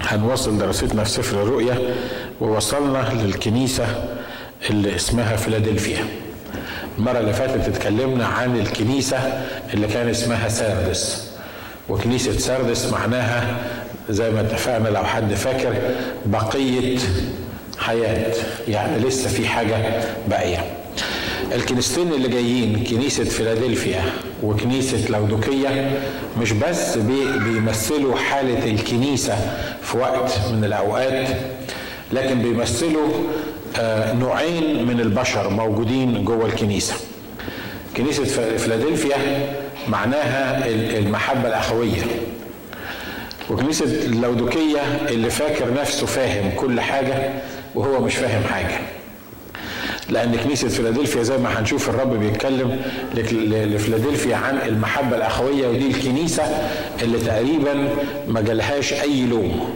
هنواصل دراستنا في سفر الرؤيا، ووصلنا للكنيسة اللي اسمها فيلادلفيا. المرة اللي فاتت اتكلمنا عن الكنيسة اللي كان اسمها ساردس، وكنيسة ساردس معناها زي ما اتفقنا لو حد فاكر بقية حياة، يعني لسه في حاجة باقية. الكنيستين اللي جايين كنيسة فيلادلفيا وكنيسة لودوكية مش بس بيمثلوا حالة الكنيسة في وقت من الأوقات، لكن بيمثلوا نوعين من البشر موجودين جوه الكنيسة. كنيسة فيلادلفيا معناها المحبة الأخوية، وكنيسة اللودوكية اللي فاكر نفسه فاهم كل حاجة وهو مش فاهم حاجة. لأن كنيسة فيلادلفيا زي ما هنشوف الرب بيتكلم لفيلادلفيا عن المحبة الأخوية، ودي الكنيسة اللي تقريبا ما جالهاش أي لوم.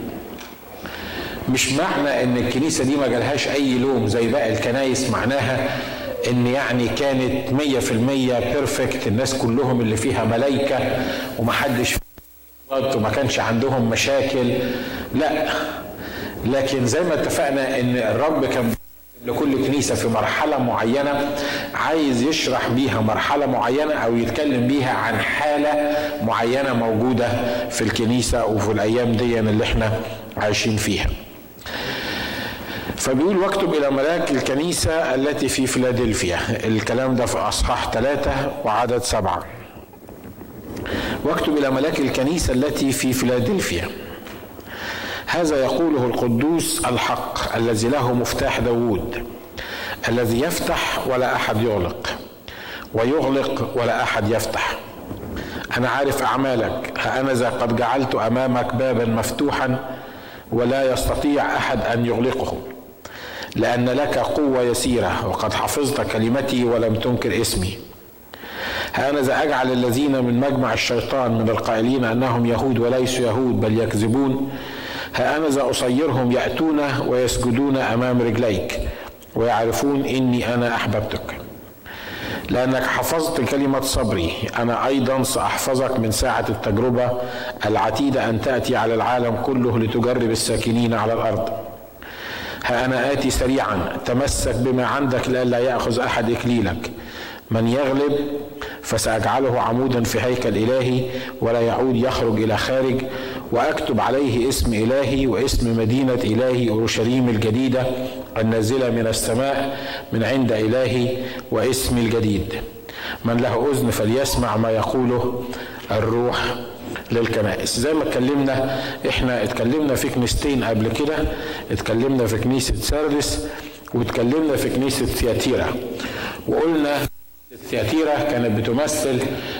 مش معنى ان الكنيسة دي ما جالهاش اي لوم زي باقي الكنايس معناها ان يعني كانت 100% بيرفكت، الناس كلهم اللي فيها ملايكة ومحدش وما كانش عندهم مشاكل، لا. لكن زي ما اتفقنا ان الرب كان لكل كنيسة في مرحلة معينة عايز يشرح بيها مرحلة معينة او يتكلم بيها عن حالة معينة موجودة في الكنيسة وفي الايام دي اللي احنا عايشين فيها. فبيقول: واكتب إلى ملاك الكنيسة التي في فيلادلفيا. الكلام ده في أصحاح 3 وعدد 7. واكتب إلى ملاك الكنيسة التي في فيلادلفيا: هذا يقوله القدوس الحق الذي له مفتاح داود، الذي يفتح ولا أحد يغلق، ويغلق ولا أحد يفتح. أنا عارف أعمالك، هأنذا قد جعلت أمامك بابا مفتوحا ولا يستطيع أحد أن يغلقه، لأن لك قوة يسيرة وقد حفظت كلمتي ولم تنكر اسمي. هأنذا أجعل الذين من مجمع الشيطان من القائلين أنهم يهود وليسوا يهود بل يكذبون، هأنذا أصيرهم يأتون ويسجدون أمام رجليك ويعرفون إني أنا أحببتك. لأنك حفظت كلمة صبري، أنا أيضا سأحفظك من ساعة التجربة العتيدة أن تأتي على العالم كله لتجرب الساكنين على الأرض. ها أنا آتي سريعا، تمسك بما عندك لئلا يأخذ أحد إكليلك. من يغلب فسأجعله عمودا في هيكل إلهي ولا يعود يخرج إلى خارج، وأكتب عليه اسم إلهي واسم مدينة إلهي أورشليم الجديدة النازلة من السماء من عند إلهي واسم الجديد. من له أذن فليسمع ما يقوله الروح للكنائس. زي ما احنا اتكلمنا في كنيستين قبل كده، اتكلمنا في كنيسة ساردس واتكلمنا في كنيسة ثياتيرا، وقلنا ثياتيرا كانت بتمثل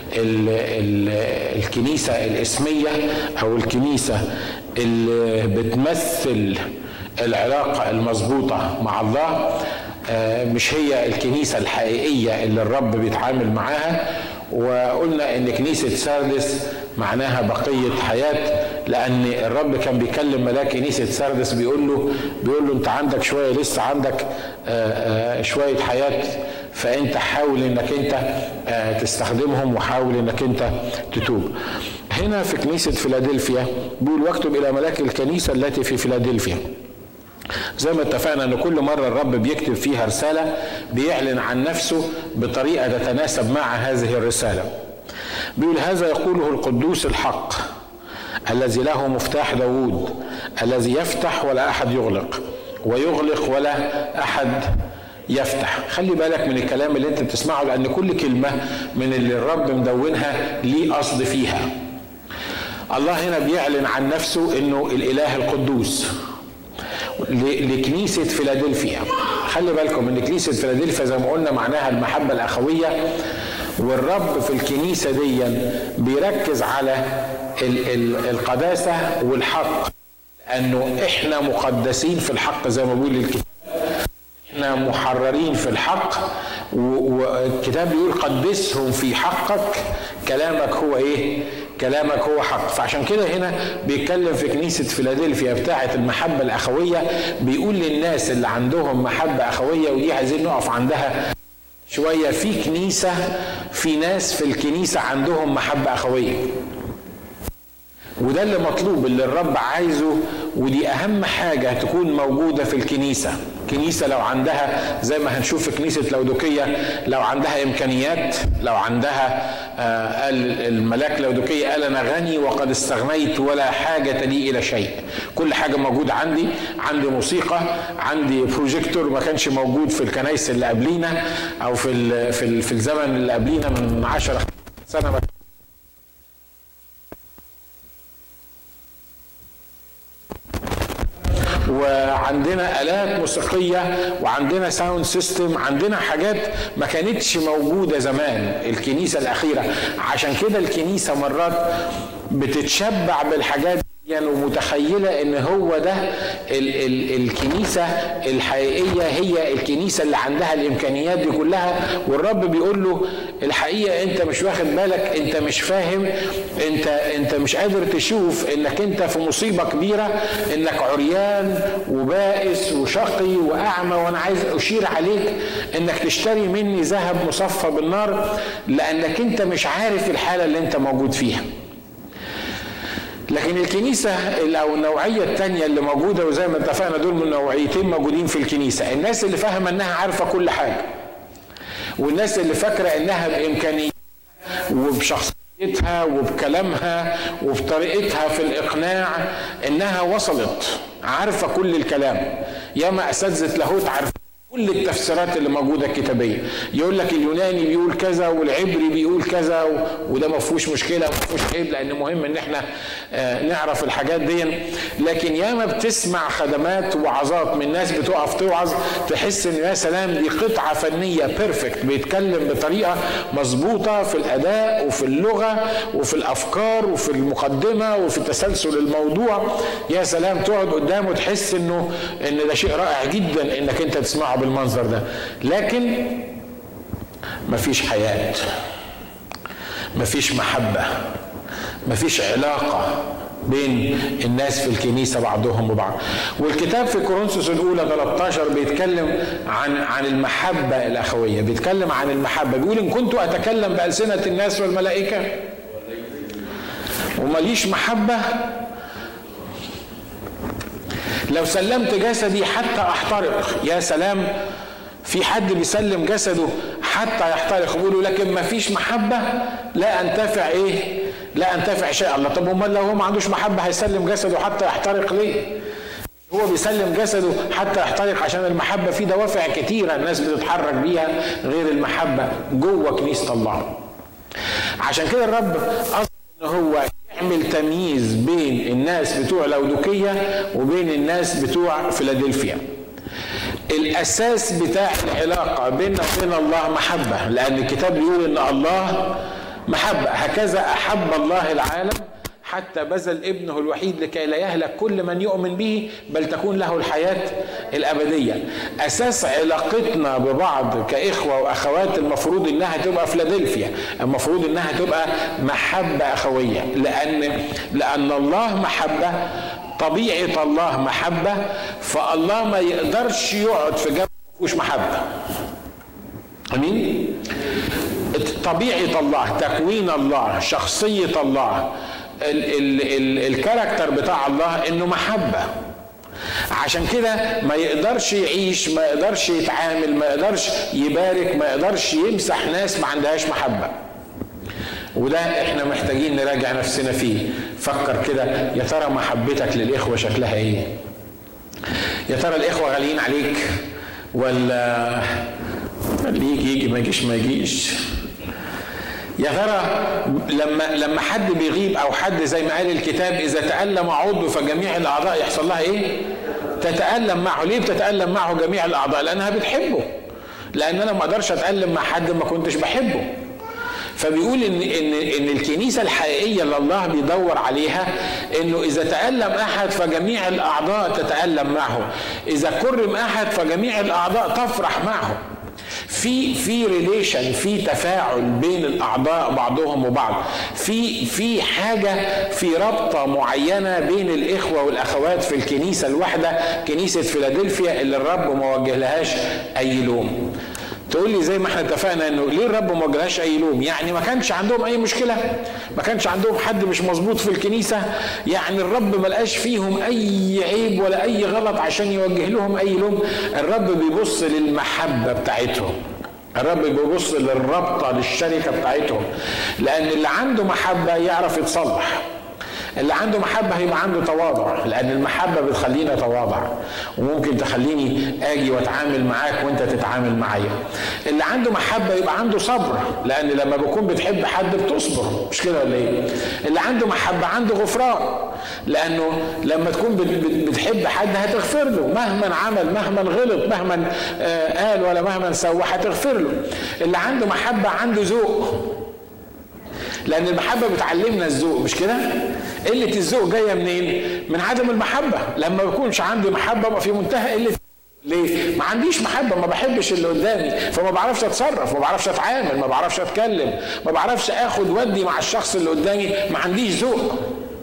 الكنيسة الاسمية او الكنيسة اللي بتمثل العلاقة المظبوطة مع الله، مش هي الكنيسة الحقيقية اللي الرب بيتعامل معاها. وقلنا ان كنيسة ساردس معناها بقية حياة، لان الرب كان بيكلم ملاك كنيسة ساردس بيقول له انت عندك شوية، لسه عندك شوية حياة، فانت حاول انك انت تستخدمهم وحاول انك انت تتوب. هنا في كنيسة فيلادلفيا بيقول: واكتب الى ملاك الكنيسة التي في فيلادلفيا. زي ما اتفقنا ان كل مرة الرب بيكتب فيها رسالة بيعلن عن نفسه بطريقة تتناسب مع هذه الرسالة. بيقول: هذا يقوله القدوس الحق الذي له مفتاح داود، الذي يفتح ولا أحد يغلق ويغلق ولا أحد يفتح. خلي بالك من الكلام اللي انت بتسمعه، لأن كل كلمة من اللي الرب مدونها ليه قصد فيها. الله هنا بيعلن عن نفسه انه الإله القدوس لكنيسة فيلادلفيا. خلي بالكم ان كنيسة فيلادلفيا زي ما قلنا معناها المحبة الأخوية، والرب في الكنيسة دي بيركز على القداسة والحق، لأنه احنا مقدسين في الحق زي ما بيقول الكتاب، احنا محررين في الحق، والكتاب بيقول قدسهم في حقك، كلامك هو ايه؟ كلامك هو حق. فعشان كده هنا بيتكلم في كنيسة فيلادلفيا بتاعة المحبة الأخوية، بيقول للناس اللي عندهم محبة أخوية، ودي عايزين نقف عندها شوية. في كنيسة، في ناس في الكنيسة عندهم محبة أخوية، وده اللي مطلوب، اللي الرب عايزه، ودي اهم حاجة تكون موجودة في الكنيسة. كنيسة لو عندها زي ما هنشوف في كنيسة لودوكية، لو عندها إمكانيات، لو عندها الملاك لودوكية قال أنا غني وقد استغنيت ولا حاجة لي إلى شيء، كل حاجة موجودة عندي موسيقى، عندي بروجيكتور ما كانش موجود في الكنائس اللي قبلينا أو في الزمن اللي قبلينا من 10 سنة. وعندنا آلات موسيقية وعندنا ساوند سيستم، عندنا حاجات ما كانتش موجودة زمان الكنيسة الأخيرة. عشان كده الكنيسة مرات بتتشبع بالحاجات دي ومتخيلة ان هو ده الكنيسة الحقيقية، هي الكنيسة اللي عندها الامكانيات دي كلها. والرب بيقول له الحقيقة انت مش واخد بالك، انت مش فاهم، انت مش قادر تشوف انك انت في مصيبة كبيرة، انك عريان وبائس وشقي واعمى، وانا عايز اشير عليك انك تشتري مني ذهب مصفى بالنار، لانك انت مش عارف الحالة اللي انت موجود فيها. لكن الكنيسة أو النوعية التانية اللي موجودة، وزي ما اتفقنا دول من نوعيتين موجودين في الكنيسة: الناس اللي فاهمة انها عارفة كل حاجة، والناس اللي فاكرة انها بإمكانياتها وبشخصيتها وبكلامها وبطريقتها في الإقناع انها وصلت عارفة كل الكلام. ياما أساتذة لاهوت عارفة كل التفسيرات اللي موجودة الكتابية، يقول لك اليوناني بيقول كذا والعبري بيقول كذا، وده ما فيهوش مشكلة، ما فيهوش عيب، لأن مهم ان احنا نعرف الحاجات دي. لكن ياما بتسمع خدمات وعظات من ناس بتقف توعظ تحس ان يا سلام دي قطعة فنية بيرفكت، بيتكلم بطريقة مظبوطة في الأداء وفي اللغة وفي الأفكار وفي المقدمة وفي تسلسل الموضوع. يا سلام تقعد قدامه تحس ان ده شيء رائع جدا انك انت تسمعه بالمنظر ده، لكن مفيش حياة، مفيش محبة، مفيش علاقة بين الناس في الكنيسة بعضهم وبعض. والكتاب في كورنثوس الأولى 13 بيتكلم عن المحبة الأخوية، بيتكلم عن المحبة، بيقول إن كنت أتكلم بألسنة الناس والملائكة ومليش محبة، لو سلمت جسدي حتى احترق. يا سلام، في حد بيسلم جسده حتى يحترق، بيقولوا لكن ما فيش محبة لا انتفع ايه؟ لا انتفع شيء. الله، طب امال لو هو ما عندوش محبة هيسلم جسده حتى يحترق ليه؟ هو بيسلم جسده حتى يحترق عشان المحبة في دوافع كتيرة الناس بتتحرك بيها غير المحبة جوه كنيسة الله. عشان كده الرب قصد ان هو يعمل تمييز بين الناس بتوع لودوكية وبين الناس بتوع فيلادلفيا. الأساس بتاع العلاقة بيننا وبين الله محبة، لأن الكتاب بيقول إن الله محبة، هكذا أحب الله العالم حتى بذل ابنه الوحيد لكي لا يهلك كل من يؤمن به بل تكون له الحياة الأبدية. أساس علاقتنا ببعض كإخوة وأخوات المفروض إنها تبقى فيلادلفيا، المفروض إنها تبقى محبة أخوية، لأن الله محبة، طبيعة الله محبة، فالله ما يقدرش يقعد في جنب مفيهوش محبة. أمين؟ طبيعة الله، تكوين الله، شخصية الله، الكاركتر بتاع الله انه محبة. عشان كده ما يقدرش يعيش، ما يقدرش يتعامل، ما يقدرش يبارك، ما يقدرش يمسح ناس ما عندهاش محبة. وده احنا محتاجين نراجع نفسنا فيه. فكر كده، يا ترى محبتك للإخوة شكلها ايه؟ يا ترى الإخوة غاليين عليك ولا اللي يجي ما يجيش ما يجيش؟ يا ترى لما حد بيغيب او حد زي ما قال الكتاب اذا تألم عضو فجميع الاعضاء يحصل لها ايه؟ تتألم معه. ليه بتتألم معه جميع الاعضاء؟ لانها بتحبه. لان انا ما اقدرش اتألم مع حد ما كنتش بحبه. فبيقول ان الكنيسة الحقيقية اللي الله بيدور عليها انه اذا تألم احد فجميع الاعضاء تتألم معه، اذا كرم احد فجميع الاعضاء تفرح معه. في ريليشن، في تفاعل بين الاعضاء بعضهم وبعض، في حاجه، في رابطه معينه بين الاخوه والاخوات في الكنيسه الواحده، كنيسه فيلادلفيا اللي الرب ما وجه لهاش اي لوم. تقول لي زي ما احنا اتفقنا انه ليه الرب ما وجهلهاش اي لوم؟ يعني ما كانش عندهم اي مشكله؟ ما كانش عندهم حد مش مظبوط في الكنيسه؟ يعني الرب ما لقاش فيهم اي عيب ولا اي غلط عشان يوجه لهم اي لوم؟ الرب بيبص للمحبه بتاعتهم، الرب بيبص للرابطه للشركه بتاعتهم، لان اللي عنده محبه يعرف يتصلح، اللي عنده محبة هيبقى عنده تواضع، لأن المحبة بتخلينا تواضع وممكن تخليني أجي وأتعامل معاك وأنت تتعامل معايا. اللي عنده محبة يبقى عنده صبر، لأن لما بكون بتحب حد بتصبر، مش كده ولا إيه؟ اللي عنده محبة عنده غفران، لأنه لما تكون بتحب حد هتغفر له مهما عمل، مهما غلط، مهما قال ولا مهما سوى هتغفر له. اللي عنده محبة عنده ذوق، لأن المحبة بتعلمنا الذوق، مش كده؟ قلة الذوق جاية منين؟ من عدم المحبة. لما بكونش عندي محبة بقى في منتهى قلة. ليه؟ ما عنديش محبة، ما بحبش اللي قدامي، فما بعرفش اتصرف، ما بعرفش اتعامل، ما بعرفش اتكلم، ما بعرفش اخد ودي مع الشخص اللي قدامي، ما عنديش ذوق.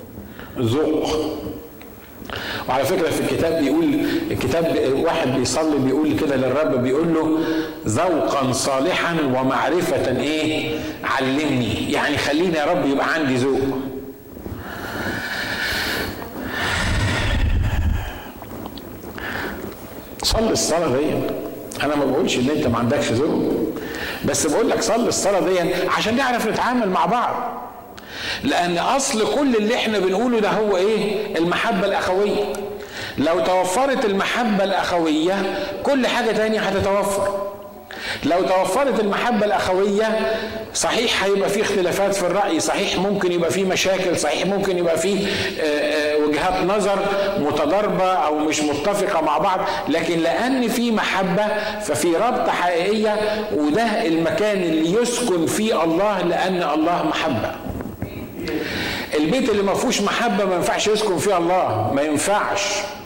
وعلى فكرة في الكتاب بيقول، الكتاب واحد بيصلي بيقول كده للرب، بيقول له ذوقا صالحا ومعرفة ايه؟ علمني، يعني خليني يا رب يبقى عندي ذوق. صلي الصلاة دي. انا ما بقولش ان انت ما عندكش ذوق، بس بقول لك صلي الصلاة دي عشان نعرف نتعامل مع بعض، لأن أصل كل اللي احنا بنقوله ده هو إيه؟ المحبة الأخوية. لو توفرت المحبة الأخوية كل حاجة تانية هتتوفر. لو توفرت المحبة الأخوية صحيح هيبقى فيه اختلافات في الرأي، صحيح ممكن يبقى فيه مشاكل، صحيح ممكن يبقى فيه وجهات نظر متضاربة أو مش متفقة مع بعض، لكن لأن فيه محبة ففي رابطة حقيقية، وده المكان اللي يسكن فيه الله، لأن الله محبة. البيت اللي ما فيهوش محبة ما ينفعش يسكن فيه الله، ما ينفعش.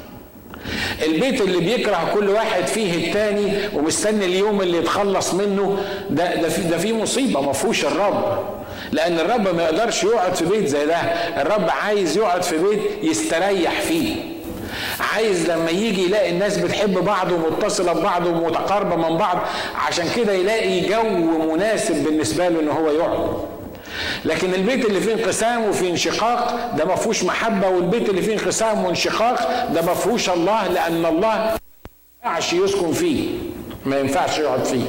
البيت اللي بيكره كل واحد فيه التاني ومستني اليوم اللي يتخلص منه، ده فيه مصيبة، ما فيهوش الرب، لأن الرب ما يقدرش يقعد في بيت زي ده. الرب عايز يقعد في بيت يستريح فيه، عايز لما يجي يلاقي الناس بتحب بعض ومتصلة ببعض ومتقاربة من بعض، عشان كده يلاقي جو مناسب بالنسبة له إن هو يقعد. لكن البيت اللي فيه انقسام وفيه انشقاق ده ما فيهوش محبة، والبيت اللي فيه انقسام وانشقاق ده ما فيهوش الله، لأن الله ما ينفعش يسكن فيه، ما ينفعش يقعد فيه.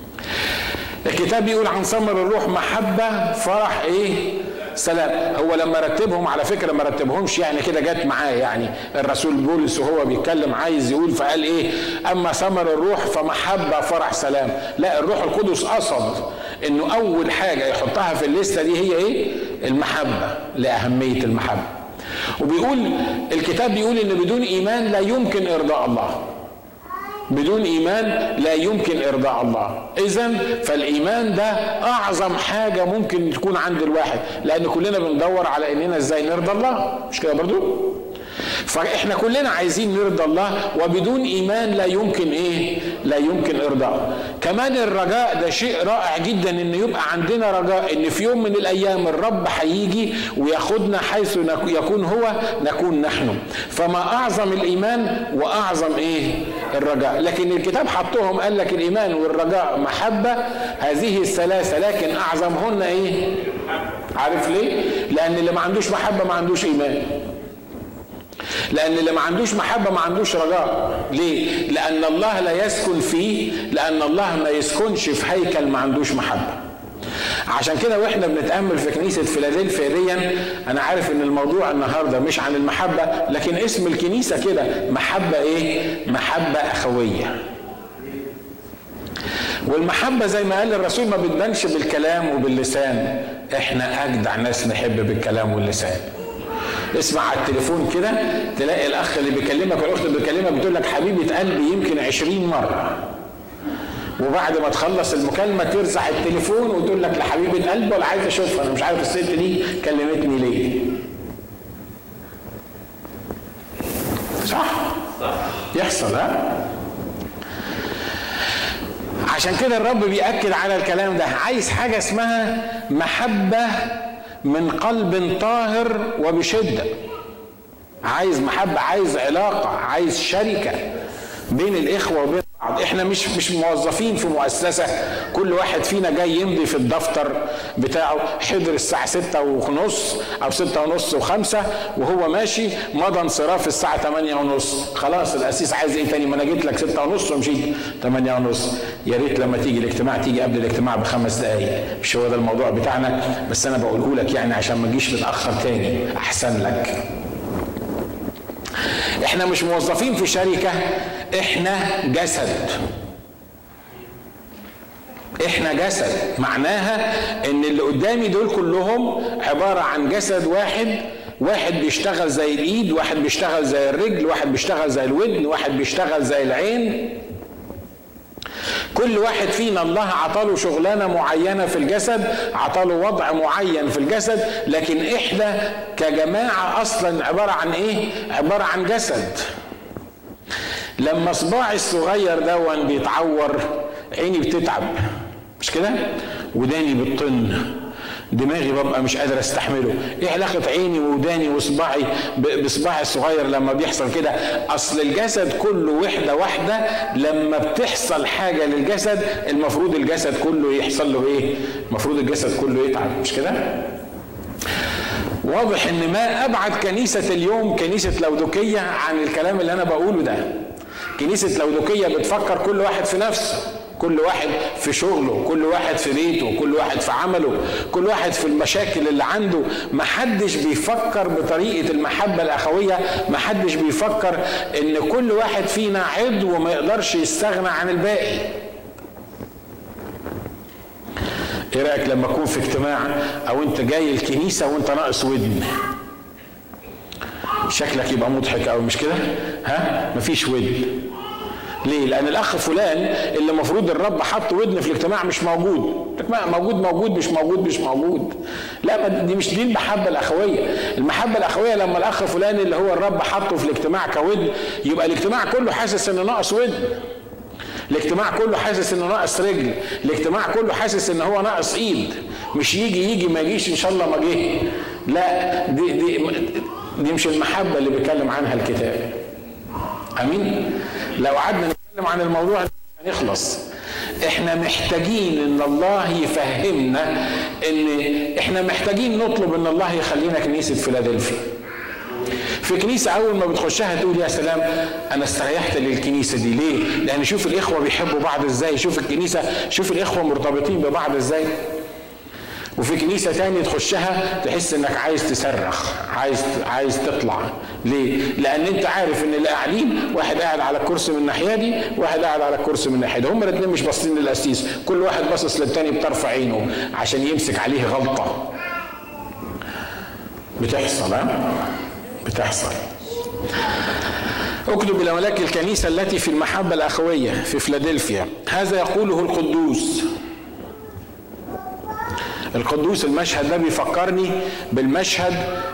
الكتاب بيقول عن ثمر الروح محبة، فرح، ايه؟ سلام. هو لما رتبهم على فكرة ما رتبهمش يعني كده جت معاه، يعني الرسول بولس وهو بيتكلم عايز يقول فقال ايه؟ اما ثمر الروح فمحبة فرح سلام. لا، الروح القدس قصد انه اول حاجة يحطها في الليستة دي هي ايه؟ المحبة، لأهمية المحبة. وبيقول الكتاب بيقول ان بدون ايمان لا يمكن ارضاء الله، بدون ايمان لا يمكن ارضاء الله. اذن فالايمان ده اعظم حاجة ممكن تكون عند الواحد، لان كلنا بندور على اننا ازاي نرضى الله، مش كده برضو؟ فاحنا كلنا عايزين نرضى الله، وبدون ايمان لا يمكن ايه؟ لا يمكن ارضاء. كمان الرجاء ده شيء رائع جدا، ان يبقى عندنا رجاء ان في يوم من الايام الرب هيجي وياخدنا حيث يكون هو نكون نحن. فما اعظم الايمان واعظم ايه؟ الرجاء. لكن الكتاب حطهم قال لك الايمان والرجاء محبة، هذه الثلاثة، لكن اعظمهن ايه؟ عارف ليه؟ لان اللي ما عندوش محبة ما عندوش ايمان، لأن اللي ما عندوش محبة ما عندوش رجاء. ليه؟ لأن الله لا يسكن فيه، لأن الله ما يسكنش في هيكل ما عندوش محبة. عشان كده واحنا بنتأمل في كنيسة فيلادلفيا دي، أنا عارف إن الموضوع النهاردة مش عن المحبة، لكن اسم الكنيسة كده محبة إيه؟ محبة أخوية. والمحبة زي ما قال الرسول ما بتبانش بالكلام وباللسان، احنا أجدع ناس نحب بالكلام واللسان. اسمع على التليفون كده تلاقي الاخ اللي بيكلمك والاخت اللي بيكلمك بتقول لك حبيبه قلبي يمكن 20 مره، وبعد ما تخلص المكالمه ترزح التليفون وتقول لك لحبيبه قلبي ولا عايز اشوفها، انا مش عارف الست دي كلمتني ليه. صح؟ يحصل، ها؟ عشان كده الرب بيأكد على الكلام ده، عايز حاجه اسمها محبه من قلب طاهر وبشدة. عايز محبة، عايز علاقة، عايز شركة بين الإخوة وبين بعض. احنا مش موظفين في مؤسسة كل واحد فينا جاي يمضي في الدفتر بتاعه حضر الساعة 6:30 أو 6:30 و5 وهو ماشي مضى انصراف الساعة 8:30. خلاص القسيس عايز ايه تاني؟ ما انا جيت لك 6:30 ومشيت 8:30. يا ريت لما تيجي الاجتماع تيجي قبل الاجتماع ب5 دقايق. مش هو ده الموضوع بتاعنا، بس انا بقوله لك يعني عشان ما تجيش متأخر تاني احسن لك. احنا مش موظفين في شركة، احنا جسد. احنا جسد، معناها ان اللي قدامي دول كلهم عبارة عن جسد واحد. واحد بيشتغل زي الايد، واحد بيشتغل زي الرجل، واحد بيشتغل زي الودن، واحد بيشتغل زي العين. كل واحد فينا الله عطاله شغلانة معينة في الجسد، عطاله وضع معين في الجسد، لكن احنا كجماعة اصلا عبارة عن ايه؟ عبارة عن جسد. لما صباعي الصغير دون بيتعور عيني بتتعب، مش كده؟ وداني بتطن، دماغي ببقى مش قادر استحمله. ايه علاقة عيني ووداني وصباعي بصباعي الصغير لما بيحصل كده؟ اصل الجسد كله وحدة واحدة. لما بتحصل حاجة للجسد المفروض الجسد كله يحصل له ايه؟ المفروض الجسد كله يتعب، مش كده؟ واضح ان ما ابعد كنيسة اليوم كنيسة لودوكية عن الكلام اللي انا بقوله ده. كنيسة لودوكية بتفكر كل واحد في نفسه، كل واحد في شغله، كل واحد في بيته، كل واحد في عمله، كل واحد في المشاكل اللي عنده. محدش بيفكر بطريقة المحبة الأخوية. محدش بيفكر ان كل واحد فينا عضو وما يقدرش يستغنى عن الباقي. ايه رأيك لما اكون في اجتماع او انت جاي الكنيسة وانت ناقص ودن؟ شكلك يبقى مضحك او مش كده؟ ها؟ مفيش ودن. ليه؟ لأن الأخ فلان اللي المفروض الرب حط ودن في الاجتماع مش موجود. موجود مش موجود. لا، دي مش دي المحبة الأخوية. المحبة الأخوية لما الأخ فلان اللي هو الرب حطه في الاجتماع كودن، يبقى الاجتماع كله حاسس إنه ناقص ودن. الاجتماع كله حاسس إنه ناقص رجل. الاجتماع كله حاسس إنه هو ناقص إيد. مش يجي ما يجيش إن شاء الله ما جه. لا، دي مش المحبة اللي بيتكلم عنها الكتاب. امين. لو قعدنا نتكلم عن الموضوع هنخلص. احنا محتاجين ان الله يفهمنا ان احنا محتاجين نطلب ان الله يخلينا كنيسة فيلادلفيا. في كنيسة اول ما بتخشها تقول يا سلام انا استريحت للكنيسة دي. ليه؟ لان شوف الاخوة بيحبوا بعض ازاي، شوف الكنيسة، شوف الاخوة مرتبطين ببعض ازاي. وفي كنيسة تاني تخشها تحس انك عايز تصرخ، عايز تطلع. ليه؟ لان انت عارف ان اللي قاعدين واحد قاعد على الكرسي من الناحية دي، واحد قاعد على الكرسي من الناحية دي، هما الاثنين مش باصين للقسيس، كل واحد باصص للتاني بطرف عينه عشان يمسك عليه غلطة. بتحصل. بتحصل. اكتب الى ملاك الكنيسة التي في المحبة الأخوية في فيلادلفيا، هذا يقوله القدوس. القدوس، المشهد ده بيفكرني بالمشهد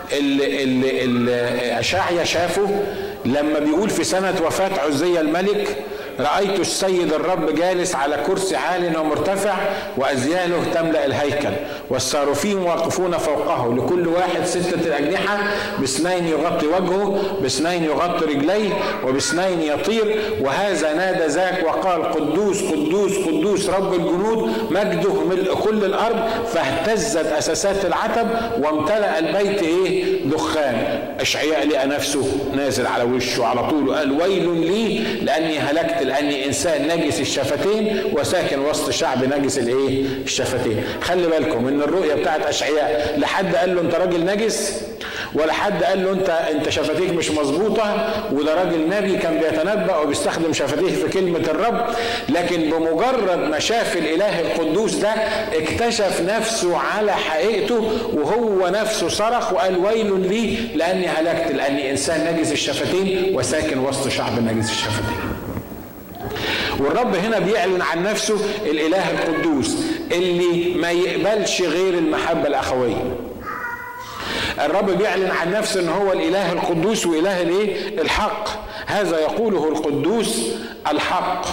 اللي أشعيا شافه لما بيقول في سنة وفاة عزية الملك: رأيت السيد الرب جالس على كرسي عال ومرتفع وأزياله تملأ الهيكل والصاروفين واقفون فوقه، لكل واحد 6 أجنحة، ب2 يغطي وجهه، ب2 يغطي رجليه، وب2 يطير. وهذا نادى ذاك وقال: قدوس قدوس قدوس رب الجنود، مجده ملء كل الأرض. فاهتزت أساسات العتب وامتلأ البيت دخان. أشعياء لقى نفسه نازل على وشه على طول، قال: ويل لي لأني هلكت، لأني إنسان نجس الشفتين وساكن وسط شعب نجس الشفتين. خلي بالكم إن الرؤية بتاعت أشعياء لحد قال له أنت راجل نجس، ولا حد قال له أنت شفتيك مش مظبوطة. وده راجل نبي كان بيتنبأ وبيستخدم شفتيه في كلمة الرب. لكن بمجرد ما شاف الإله القدوس ده اكتشف نفسه على حقيقته، وهو نفسه صرخ وقال: ويل لي لأني هلكت، لأني إنسان نجس الشفتين وساكن وسط شعب نجس الشفتين. والرب هنا بيعلن عن نفسه الإله القدوس اللي ما يقبلش غير المحبة الأخوية. الرب بيعلن عن نفسه ان هو الإله القدوس وإله الحق. هذا يقوله القدوس الحق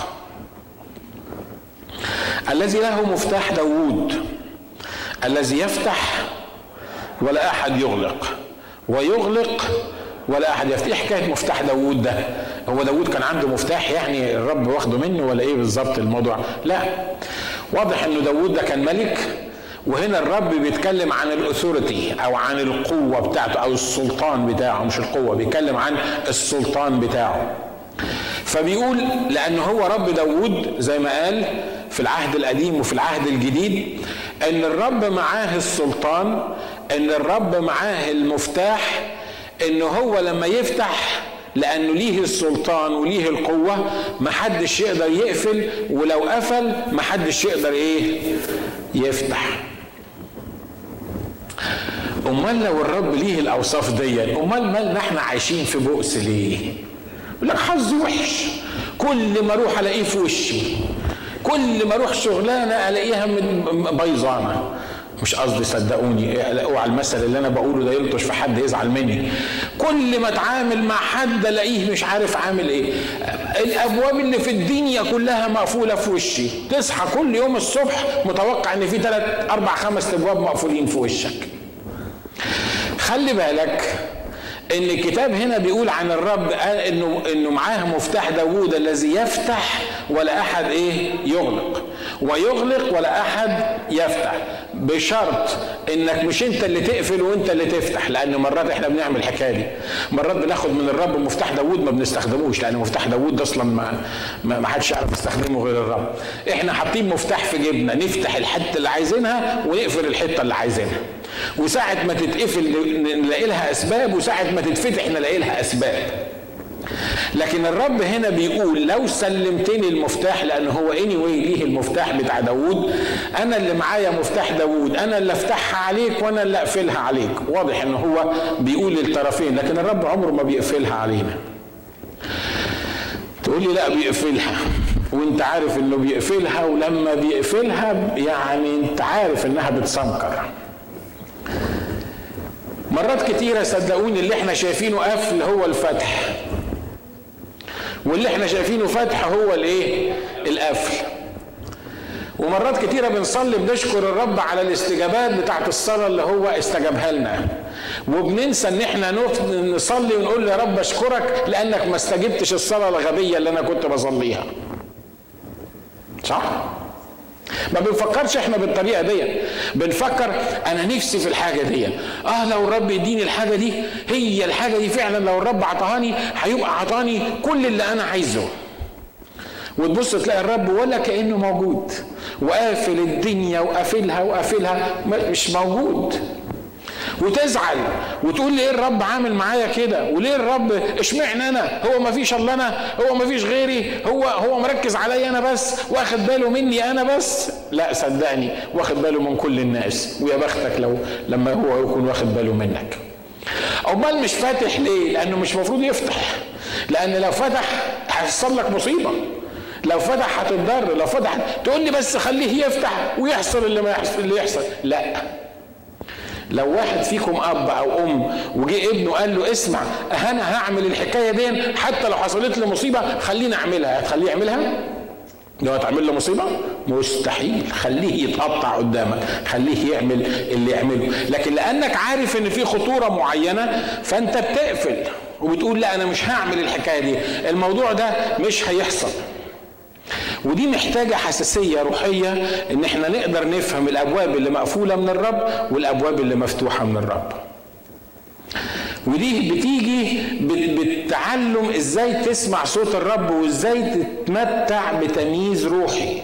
الذي له مفتاح داوود، الذي يفتح ولا أحد يغلق، ويغلق ولا احد يفتح. ايه حكايه مفتاح داوود ده؟ هو داوود كان عنده مفتاح يعني الرب واخده منه ولا ايه بالظبط الموضوع؟ لا، واضح انه داوود ده كان ملك، وهنا الرب بيتكلم عن الاثوريتي او عن القوه بتاعته او السلطان بتاعه، مش القوه، بيتكلم عن السلطان بتاعه. فبيقول لأن هو رب داوود زي ما قال في العهد القديم وفي العهد الجديد ان الرب معاه السلطان، ان الرب معاه المفتاح، ان هو لما يفتح لأنه ليه السلطان وليه القوة محدش يقدر يقفل، ولو قفل محدش يقدر يفتح. امال لو الرب ليه الأوصاف دي، امال مالنا احنا عايشين في بؤس ليه؟ يقول لك حظ وحش، كل ما اروح الاقيه في وشي، كل ما اروح شغلانه الاقيها بيضانه. مش قصدي صدقوني، اوعى المثل اللي انا بقوله ده يلطش في حد يزعل مني. كل ما اتعامل مع حد الاقيه مش عارف عامل ايه. الابواب اللي في الدنيا كلها مقفوله في وشي، تصحى كل يوم الصبح متوقع ان في 3 4 5 ابواب مقفولين في وشك. خلي بالك ان الكتاب هنا بيقول عن الرب انه معاه مفتاح داوود الذي يفتح ولا احد يغلق، ويغلق ولا احد يفتح، بشرط انك مش انت اللي تقفل وانت اللي تفتح. لان مرات احنا بنعمل الحكايه دي، مرات بناخد من الرب مفتاح داوود ما بنستخدموش، لان مفتاح داوود ده اصلا ما حدش يعرف يستخدمه غير الرب. احنا حاطين مفتاح في جيبنا، نفتح الحته اللي عايزينها ونقفل الحته اللي عايزينها، وساعة ما تتقفل نلاقي لها أسباب، وساعة ما تتفتح نلاقي لها أسباب. لكن الرب هنا بيقول لو سلمتني المفتاح، لأن هو ليه المفتاح بتاع داوود، أنا اللي معايا مفتاح داوود، أنا اللي أفتحها عليك وأنا اللي أقفلها عليك. واضح أنه هو بيقول للطرفين، لكن الرب عمره ما بيقفلها علينا. تقول لي لا بيقفلها، وانت عارف انه بيقفلها، ولما بيقفلها يعني انت عارف انها بتسمكر. مرات كتيرة صدقوني اللي احنا شايفينه قفل هو الفتح، واللي احنا شايفينه فتح هو القفل. ومرات كتيرة بنصلي بنشكر الرب على الاستجابات بتاعت الصلاة اللي هو استجابها لنا، وبننسى ان احنا نصلي ونقول يا رب اشكرك لانك ما استجبتش الصلاة الغبية اللي انا كنت بصليها. صح؟ ما بنفكرش احنا بالطريقه دي، بنفكر انا نفسي في الحاجه دي، لو الرب يديني الحاجه دي، هي الحاجه دي فعلا لو الرب عطاني هيبقى عطاني كل اللي انا عايزه. وتبص تلاقي الرب ولا كانه موجود، وقافل الدنيا وقافلها مش موجود، وتزعل وتقول لي ايه الرب عامل معايا كده، وليه الرب اشمعنى انا، هو ما فيش الا انا، هو ما فيش غيري، هو مركز عليا انا بس، واخد باله مني انا بس. لا صدقني واخد باله من كل الناس، ويا بختك لما هو يكون واخد باله منك. امال مش فاتح ليه؟ لانه مش مفروض يفتح، لان لو فتح هيحصل لك مصيبه، لو فتح هتتضر، لو فتح تقول لي بس خليه يفتح ويحصل اللي يحصل. لا، لو واحد فيكم اب او ام وجي ابنه قال له اسمع انا هعمل الحكايه دي حتى لو حصلت لي مصيبه خليني اعملها، هتخليه يعملها؟ لو هتعمل له مصيبه مستحيل، خليه يتقطع قدامك، خليه يعمل اللي يعمله. لكن لانك عارف ان في خطوره معينه فانت بتقفل وبتقول لا انا مش هعمل الحكايه دي، الموضوع ده مش هيحصل. ودي محتاجة حساسية روحية ان احنا نقدر نفهم الابواب اللي مقفولة من الرب والابواب اللي مفتوحة من الرب. ودي بتيجي بالتعلم ازاي تسمع صوت الرب وازاي تتمتع بتمييز روحي.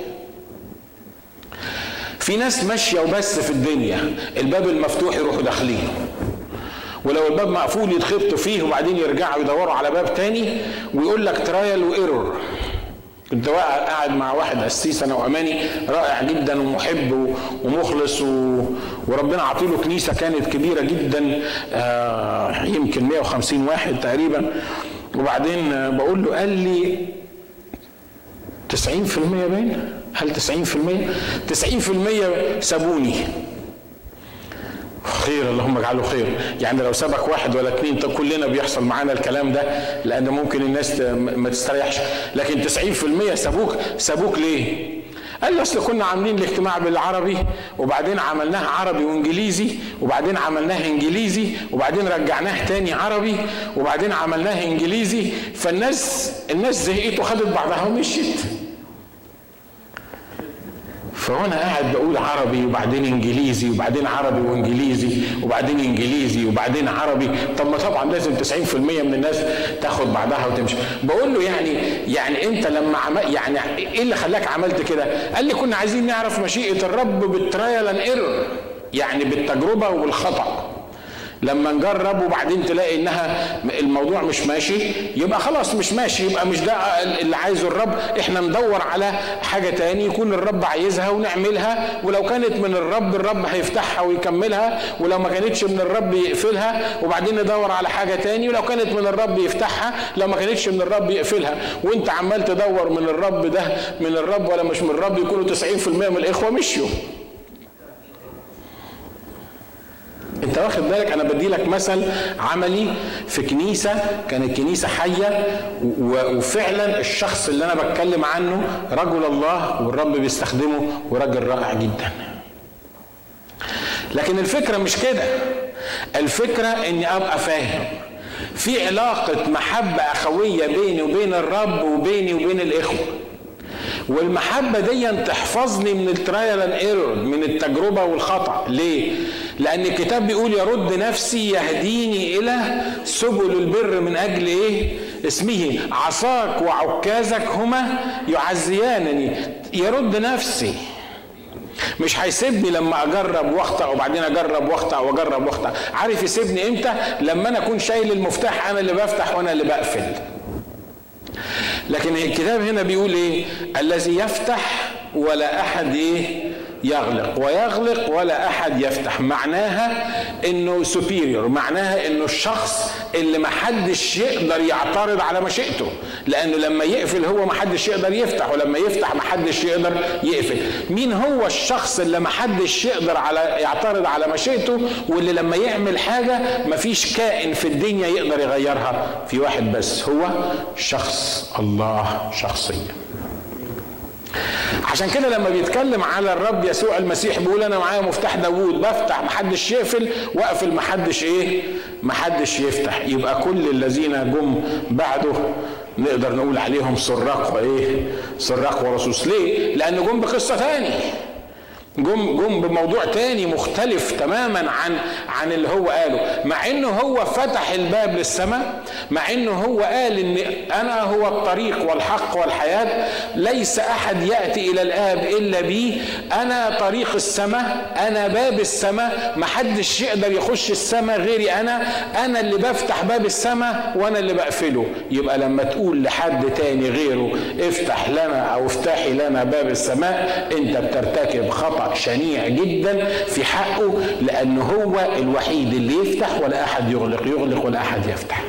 في ناس ماشية وبس في الدنيا، الباب المفتوح يروحوا داخلين، ولو الباب مقفول يتخبطوا فيه وبعدين يرجعوا يدوروا على باب تاني، ويقول لك ترايل وايرور. كنت قاعد مع واحد قسيس انا واماني رائع جدا ومحب ومخلص، وربنا عطيله كنيسه كانت كبيره جدا، يمكن 150 واحد تقريبا. وبعدين بقول له، قال لي 90% باين، هل 90%؟ 90% سابوني. خير، اللهم اجعله خير. يعني لو سبك واحد ولا اتنين، طب كلنا بيحصل معانا الكلام ده، لان ممكن الناس ما تستريحش. لكن 90% سابوك ليه؟ قال لي اصل كنا عاملين الاجتماع بالعربي وبعدين عملناه عربي وانجليزي وبعدين عملناه انجليزي وبعدين رجعناه تاني عربي وبعدين عملناه انجليزي، فالناس زهقت وخدت بعضها ومشيت. فوانا قاعد بقول عربي وبعدين انجليزي وبعدين عربي وانجليزي وبعدين انجليزي وبعدين عربي، طب ما طبعا لازم 90% من الناس تاخد بعضها وتمشي. بقول له يعني انت لما يعني ايه اللي خلاك عملت كده؟ قال لي كنا عايزين نعرف مشيئة الرب بالترايل اند ايرور، يعني بالتجربة وبالخطأ. لما نجرب وبعدين تلاقي انها الموضوع مش ماشي، يبقى خلاص مش ماشي، يبقى مش ده اللي عايزه الرب، احنا ندور على حاجة تاني يكون الرب عايزها ونعملها، ولو كانت من الرب هيفتحها ويكملها، ولو ما كانتش من الرب يقفلها، وبعدين ندور على حاجة تاني، ولو كانت من الرب يفتحها، لو ما كانتش من الرب يقفلها. وانت عمال تدور من الرب ده من الرب ولا مش من الرب، يكونوا 90% من الاخوة مشيوا. انت واخد بالك؟ انا بدي لك مثل عملي في كنيسة كانت كنيسة حية، وفعلا الشخص اللي انا بتكلم عنه رجل الله والرب بيستخدمه وراجل رائع جدا. لكن الفكرة مش كده، الفكرة اني ابقى فاهم في علاقة محبة اخوية بيني وبين الرب وبيني وبين الاخوة، والمحبة دي تحفظني من الترايل اند ايرور، من التجربة والخطأ. ليه؟ لأن الكتاب بيقول يرد نفسي يهديني إلى سبل البر من أجل إيه؟ اسمه عصاك وعكازك هما يعزيانني. يرد نفسي، مش هيسيبني لما أجرب واخطأ وبعدين أجرب واخطأ وأجرب واخطأ. عارف يسيبني إمتى؟ لما أنا أكون شايل المفتاح، أنا اللي بفتح وأنا اللي بقفل. لكن الكتاب هنا بيقول ايه؟ الذي يفتح ولا احد ايه؟ يغلق، ويغلق ولا احد يفتح. معناها انه سوبيريور، معناها انه الشخص اللي ما حدش يقدر يعترض على مشيئته، لانه لما يقفل هو ما حدش يقدر يفتح، ولما يفتح ما حدش يقدر يقفل. مين هو الشخص اللي ما حدش يقدر يعترض على مشيئته، واللي لما يعمل حاجة ما فيش كائن في الدنيا يقدر يغيرها؟ في واحد بس، هو شخص الله شخصيا. عشان كده لما بيتكلم على الرب يسوع المسيح بيقول انا معايا مفتاح داوود، بفتح محدش يقفل، واقفل محدش ايه؟ محدش يفتح. يبقى كل الذين جم بعده نقدر نقول عليهم سراق وايه؟ سراق ورصوص. ليه؟ لان جم بقصة تاني، جم بموضوع تاني مختلف تماما عن اللي هو قاله. مع انه هو فتح الباب للسماء، مع انه هو قال ان انا هو الطريق والحق والحياة، ليس احد يأتي الى الاب الا بي، انا طريق السماء، انا باب السماء، محدش يقدر يخش السماء غيري انا اللي بفتح باب السماء وانا اللي بقفله. يبقى لما تقول لحد تاني غيره افتح لنا او افتحي لنا باب السماء، انت بترتكب خطأ شنيع جدا في حقه، لأنه هو الوحيد اللي يفتح ولا أحد يغلق ولا أحد يفتح.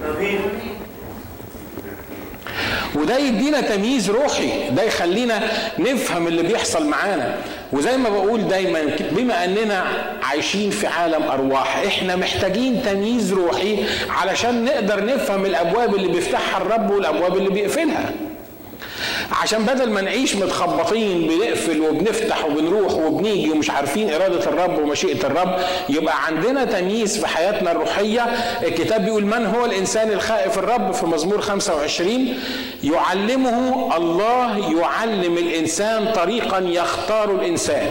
وده يدينا تمييز روحي، ده يخلينا نفهم اللي بيحصل معانا. وزي ما بقول دايما، بما أننا عايشين في عالم أرواح، إحنا محتاجين تمييز روحي علشان نقدر نفهم الأبواب اللي بيفتحها الرب والأبواب اللي بيقفلها، عشان بدل ما نعيش متخبطين بنقفل وبنفتح وبنروح وبنيجي ومش عارفين إرادة الرب ومشيئة الرب، يبقى عندنا تمييز في حياتنا الروحية. الكتاب بيقول من هو الإنسان الخائف الرب في مزمور 25 يعلمه الله، يعلم الإنسان طريقا يختار الإنسان.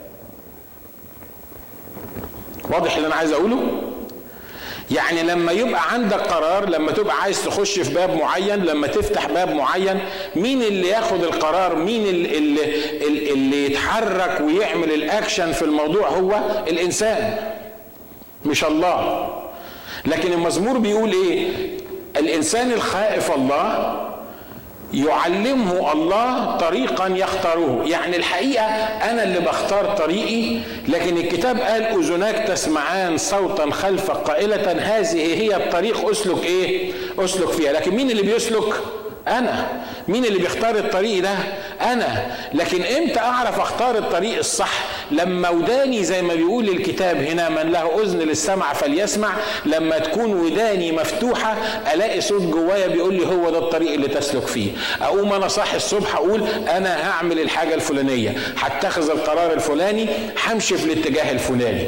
واضح اللي أنا عايز أقوله؟ يعني لما يبقى عندك قرار، لما تبقى عايز تخش في باب معين، لما تفتح باب معين، مين اللي ياخد القرار؟ مين اللي يتحرك ويعمل الاكشن في الموضوع؟ هو الانسان مش الله. لكن المزمور بيقول ايه؟ الانسان الخائف الله يعلمه الله طريقا يختاره. يعني الحقيقة أنا اللي بختار طريقي، لكن الكتاب قال أذناك تسمعان صوتا خلفك قائلة هذه هي الطريق أسلك إيه؟ أسلك فيها. لكن مين اللي بيسلك؟ أنا. مين اللي بيختار الطريق ده؟ أنا. لكن إمتى أعرف أختار الطريق الصح؟ لما وداني زي ما بيقول الكتاب هنا من له اذن للسمع فليسمع، لما تكون وداني مفتوحه الاقي صوت جوايا بيقول لي هو ده الطريق اللي تسلك فيه. اقوم انا صاحي الصبح اقول انا هعمل الحاجه الفلانيه، هتخذ القرار الفلاني، همشي في الاتجاه الفلاني.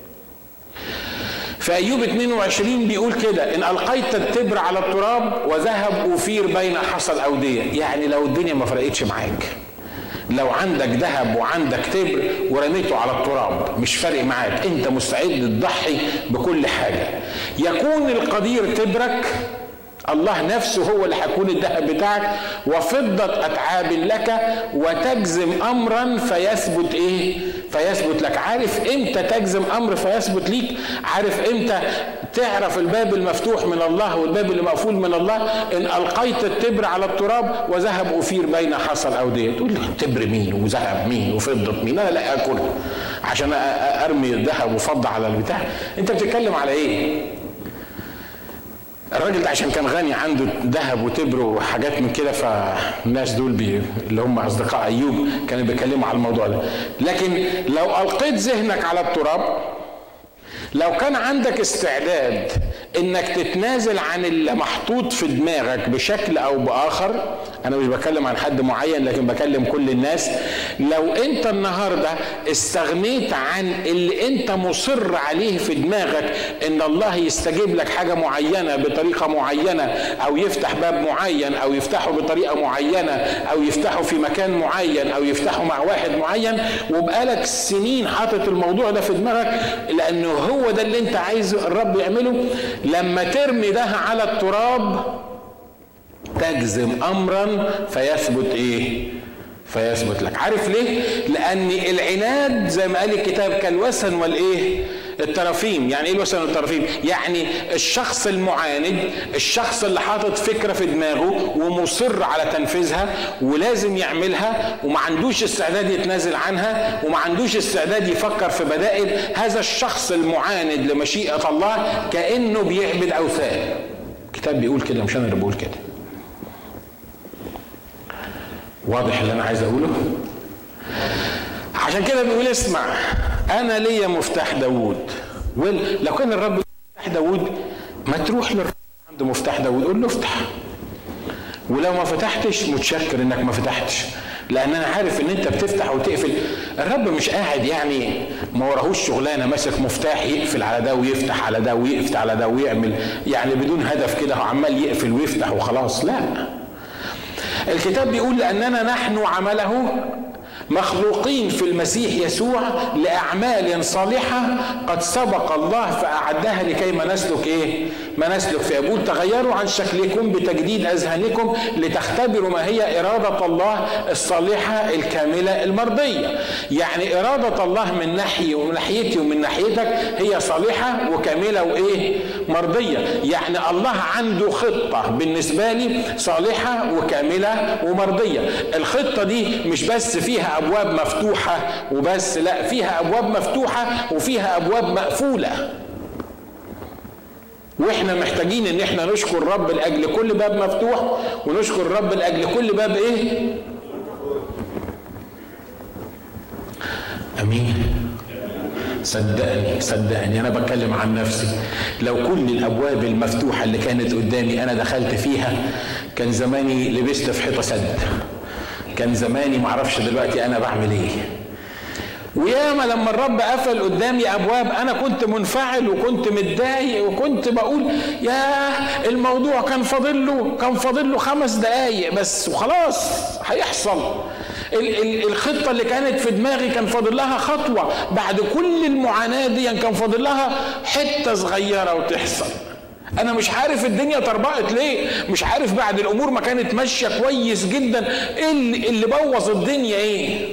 في أيوب 22 بيقول كده: إن ألقيت التبر على التراب وذهب أوفير بين حصى الأودية. يعني لو الدنيا ما فرقتش معاك، لو عندك ذهب وعندك تبر ورميته على التراب مش فارق معاك، أنت مستعد تضحي بكل حاجة. يكون القدير تبرك، الله نفسه هو اللي هيكون الذهب بتاعك، وفضة أتعاب لك، وتجزم أمرا فيثبت إيه؟ فيثبت لك. عارف إمتى تجزم أمر فيثبت ليك؟ عارف إمتى تعرف الباب المفتوح من الله والباب اللي مقفول من الله؟ إن ألقيت التبر على التراب وذهب أوفير بين حصى الأودية. تقول لي التبر مين وذهب مين وفضة مين؟ أنا لا أكله عشان أرمي ذهب وفضة على البتاع. أنت بتتكلم على إيه؟ الراجل ده عشان كان غني عنده ذهب وتبر وحاجات من كده، فالناس دول اللي هم اصدقاء ايوب كانوا بيتكلموا على الموضوع ده. لكن لو القيت ذهنك على التراب، لو كان عندك استعداد انك تتنازل عن اللي محطوط في دماغك بشكل او باخر، انا مش بكلم عن حد معين لكن بكلم كل الناس، لو انت النهارده استغنيت عن اللي انت مصر عليه في دماغك ان الله يستجيب لك حاجه معينه بطريقه معينه، او يفتح باب معين، او يفتحه بطريقه معينه، او يفتحه في مكان معين، او يفتحه مع واحد معين، وبقالك سنين حاطط الموضوع ده في دماغك لانه هو ده اللي انت عايز الرب يعمله، لما ترمي ده على التراب تجزم امرا فيثبت ايه؟ فيثبت لك. عارف ليه؟ لان العناد زي ما قال الكتاب كالوسن والايه؟ الترافيم. يعني ايه الوسن والترافيم؟ يعني الشخص المعاند، الشخص اللي حاطط فكره في دماغه ومصر على تنفيذها ولازم يعملها وما عندوش استعداد يتنازل عنها وما عندوش استعداد يفكر في بدائل، هذا الشخص المعاند لمشيئه الله كانه بيعبد اوثان. الكتاب بيقول كده، مش انا اللي بقول كده. واضح اللي انا عايز اقوله؟ عشان كده بيقول اسمع، انا ليا مفتاح داوود. لو كان الرب مفتاح داوود ما تروح للرب عنده مفتاح داوود قول له افتح، ولو ما فتحتش متشكر انك ما فتحتش، لان انا عارف ان انت بتفتح وتقفل. الرب مش قاعد يعني ما وراهوش شغلانه ماسك مفتاح يقفل على ده ويفتح على ده ويقفل على ده ويعمل يعني بدون هدف كده عمال يقفل ويفتح وخلاص. لا، الكتاب بيقول لأننا نحن عمله مخلوقين في المسيح يسوع لأعمال صالحة قد سبق الله فأعدها لكي ما نسلك إيه؟ ما نسلك فيها. يقول تغيروا عن شكلكم بتجديد أذهانكم لتختبروا ما هي إرادة الله الصالحة الكاملة المرضية. يعني إرادة الله من ناحية ومن ناحيتي ومن ناحيتك هي صالحة وكاملة وإيه؟ مرضية. يعني الله عنده خطة بالنسبة لي صالحة وكاملة ومرضية. الخطة دي مش بس فيها أبواب مفتوحة وبس، لا، فيها أبواب مفتوحة وفيها أبواب مقفولة، واحنا محتاجين ان احنا نشكر الرب لاجل كل باب مفتوح ونشكر الرب لاجل كل باب ايه؟ امين. صدقني انا بتكلم عن نفسي، لو كل الابواب المفتوحه اللي كانت قدامي انا دخلت فيها كان زماني لبست في حيطه سد، كان زماني معرفش دلوقتي انا بعمل ايه. وياما لما الرب قفل قدامي ابواب انا كنت منفعل وكنت متضايق وكنت بقول يا الموضوع كان فاضل له 5 دقايق بس وخلاص هيحصل. الخطه اللي كانت في دماغي كان فاضل لها خطوه، بعد كل المعاناه دي كان فاضل لها حته صغيره وتحصل. انا مش عارف الدنيا طربقت ليه، مش عارف بعد الامور ما كانت ماشيه كويس جدا ايه اللي بوظ الدنيا ايه.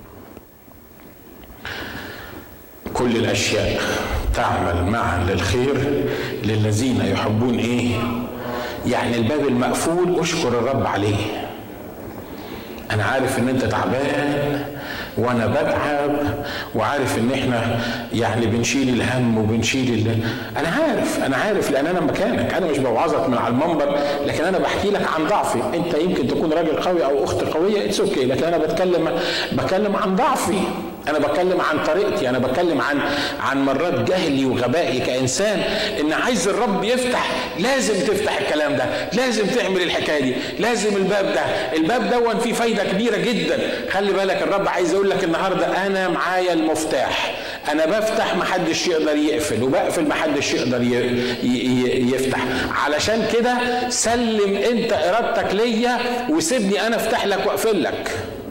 كل الاشياء تعمل معا للخير للذين يحبون ايه؟ يعني الباب المقفول اشكر الرب عليه. انا عارف ان انت تعبان وانا بتعب وعارف ان احنا يعني بنشيل الهم وبنشيل انا عارف لان انا مكانك، انا مش بوعظك من على المنبر لكن انا بحكي لك عن ضعفي. انت يمكن تكون راجل قوي او اخت قويه اتس اوكي، لكن انا بتكلم عن ضعفي. انا بتكلم عن طريقتي، انا بتكلم عن مرات جهلي وغبائي كانسان، ان عايز الرب يفتح لازم تفتح الكلام ده، لازم تعمل الحكايه دي، لازم الباب ده فيه فايده كبيره جدا. خلي بالك الرب عايز يقول لك النهارده انا معايا المفتاح، انا بفتح محدش يقدر يقفل، وبقفل محدش يقدر يفتح. علشان كده سلم انت ارادتك ليا وسيبني انا افتح لك واقفل لك.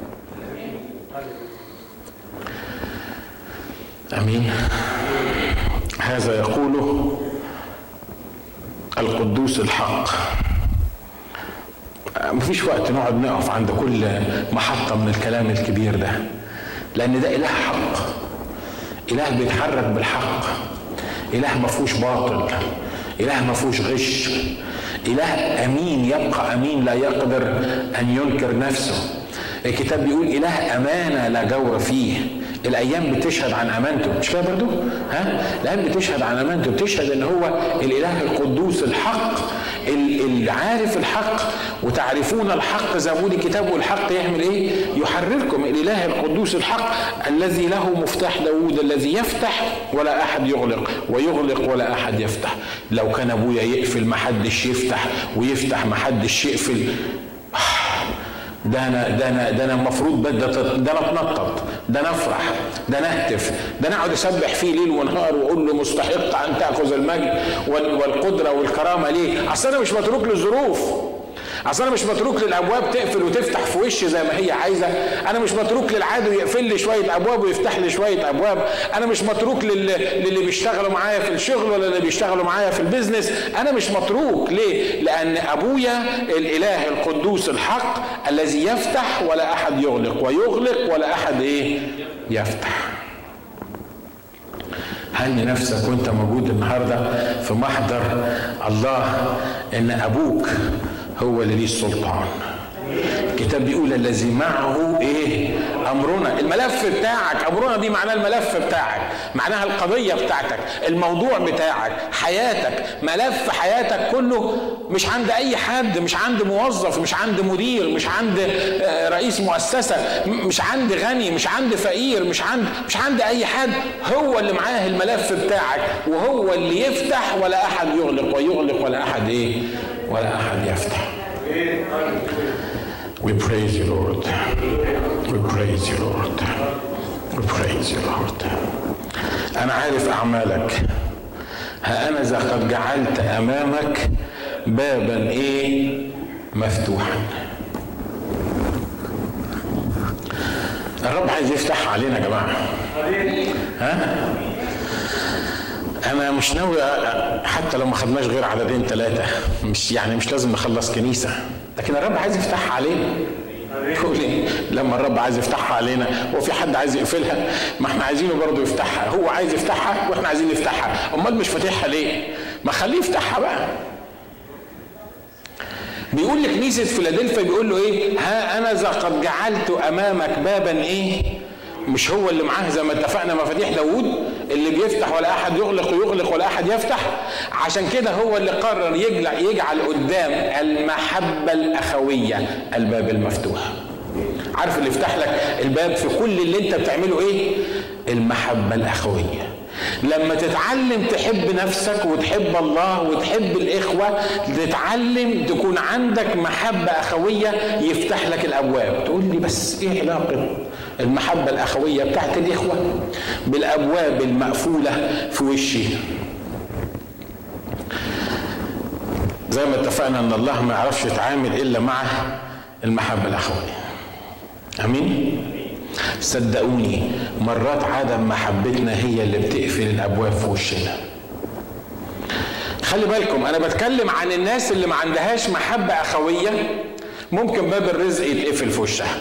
امين. هذا يقوله القدوس الحق. مفيش وقت نقعد نقف عند كل محطة من الكلام الكبير ده، لأن ده إله حق، إله بيتحرك بالحق، إله ما فيهوش باطل، إله ما فيهوش غش، إله أمين يبقى أمين لا يقدر أن ينكر نفسه. الكتاب بيقول إله أمانة لا جور فيه. الأيام بتشهد عن أمانته، مش كده برضو؟ الأيام بتشهد عن أمانته، بتشهد إن هو الإله القدوس الحق، اللي عارف الحق، وتعرفون الحق زي ما بيقول الكتاب، والحق يعمل إيه؟ يحرركم. الإله القدوس الحق الذي له مفتاح داوود، الذي يفتح ولا أحد يغلق، ويغلق ولا أحد يفتح. لو كان أبويا يقفل محدش يفتح، ويفتح محدش يقفل، ده انا المفروض ده انا اتنطط، ده انا افرح، ده انا اهتف، ده انا اقعد اسبح فيه ليل ونهار واقول له مستحق ان تاخذ المجد والقدره والكرامه. ليه؟ اصل انا مش متروك للظروف، اصل انا مش متروك للابواب تقفل وتفتح في وشي زي ما هي عايزه، انا مش متروك للعدو يقفل لي شويه ابواب ويفتح لي شويه ابواب، انا مش متروك للي بيشتغلوا معايا في الشغل ولا اللي بيشتغلوا معايا في البيزنس، انا مش متروك. ليه؟ لان ابويا الاله القدوس الحق الذي يفتح ولا احد يغلق، ويغلق ولا احد يفتح. هني نفسك وانت موجود النهارده في محضر الله ان ابوك هو اللي ليه السلطان. الكتاب بيقول الذي معه امرنا. الملف بتاعك، امرنا دي معناها الملف بتاعك، معناها القضيه بتاعتك، الموضوع بتاعك، حياتك، ملف حياتك كله مش عند اي حد، مش عند موظف، مش عند مدير، مش عند رئيس مؤسسه، مش عند غني، مش عند فقير، مش عند اي حد. هو اللي معاه الملف بتاعك، وهو اللي يفتح ولا احد يغلق، ويغلق ولا احد ولا احد يفتح. We praise you, Lord. We praise you, Lord. We praise you, Lord. أنا عارف أعمالك. ها أنا ذا قد جعلت أمامك بابا مفتوحا. الرب عايز يفتح علينا يا جماعة. أنا مش ناوي حتى لو ما خدناش غير عددين 3، مش لازم نخلص كنيسة، لكن الرب عايز يفتحها علينا. يقول لما الرب عايز يفتحها علينا، هو في حد عايز يقفلها؟ ما احنا عايزينه برضه يفتحها. هو عايز يفتحها واحنا عايزين نفتحها، امال مش فاتحها ليه؟ ما خليه يفتحها بقى. بيقول لكنيسة فيلادلفيا، بيقول له ها انا ذا قد جعلت امامك بابا مش هو اللي معاه زي ما اتفقنا مفاتيح داوود اللي بيفتح ولا احد يغلق، ويغلق ولا احد يفتح؟ عشان كده هو اللي قرر يجعل قدام المحبة الأخوية الباب المفتوح. عارف اللي يفتح لك الباب في كل اللي انت بتعمله المحبة الأخوية. لما تتعلم تحب نفسك وتحب الله وتحب الإخوة، تتعلم تكون عندك محبة أخوية يفتح لك الأبواب. تقول لي بس علاقة المحبة الأخوية بتاعت الإخوة بالأبواب المقفولة في وشي؟ زي ما اتفقنا ان الله ما يعرفش يتعامل الا مع المحبة الأخوية. امين. صدقوني مرات عدم محبتنا هي اللي بتقفل الابواب في وشنا. خلي بالكم انا بتكلم عن الناس اللي ما عندهاش محبة أخوية، ممكن باب الرزق يتقفل في وشها.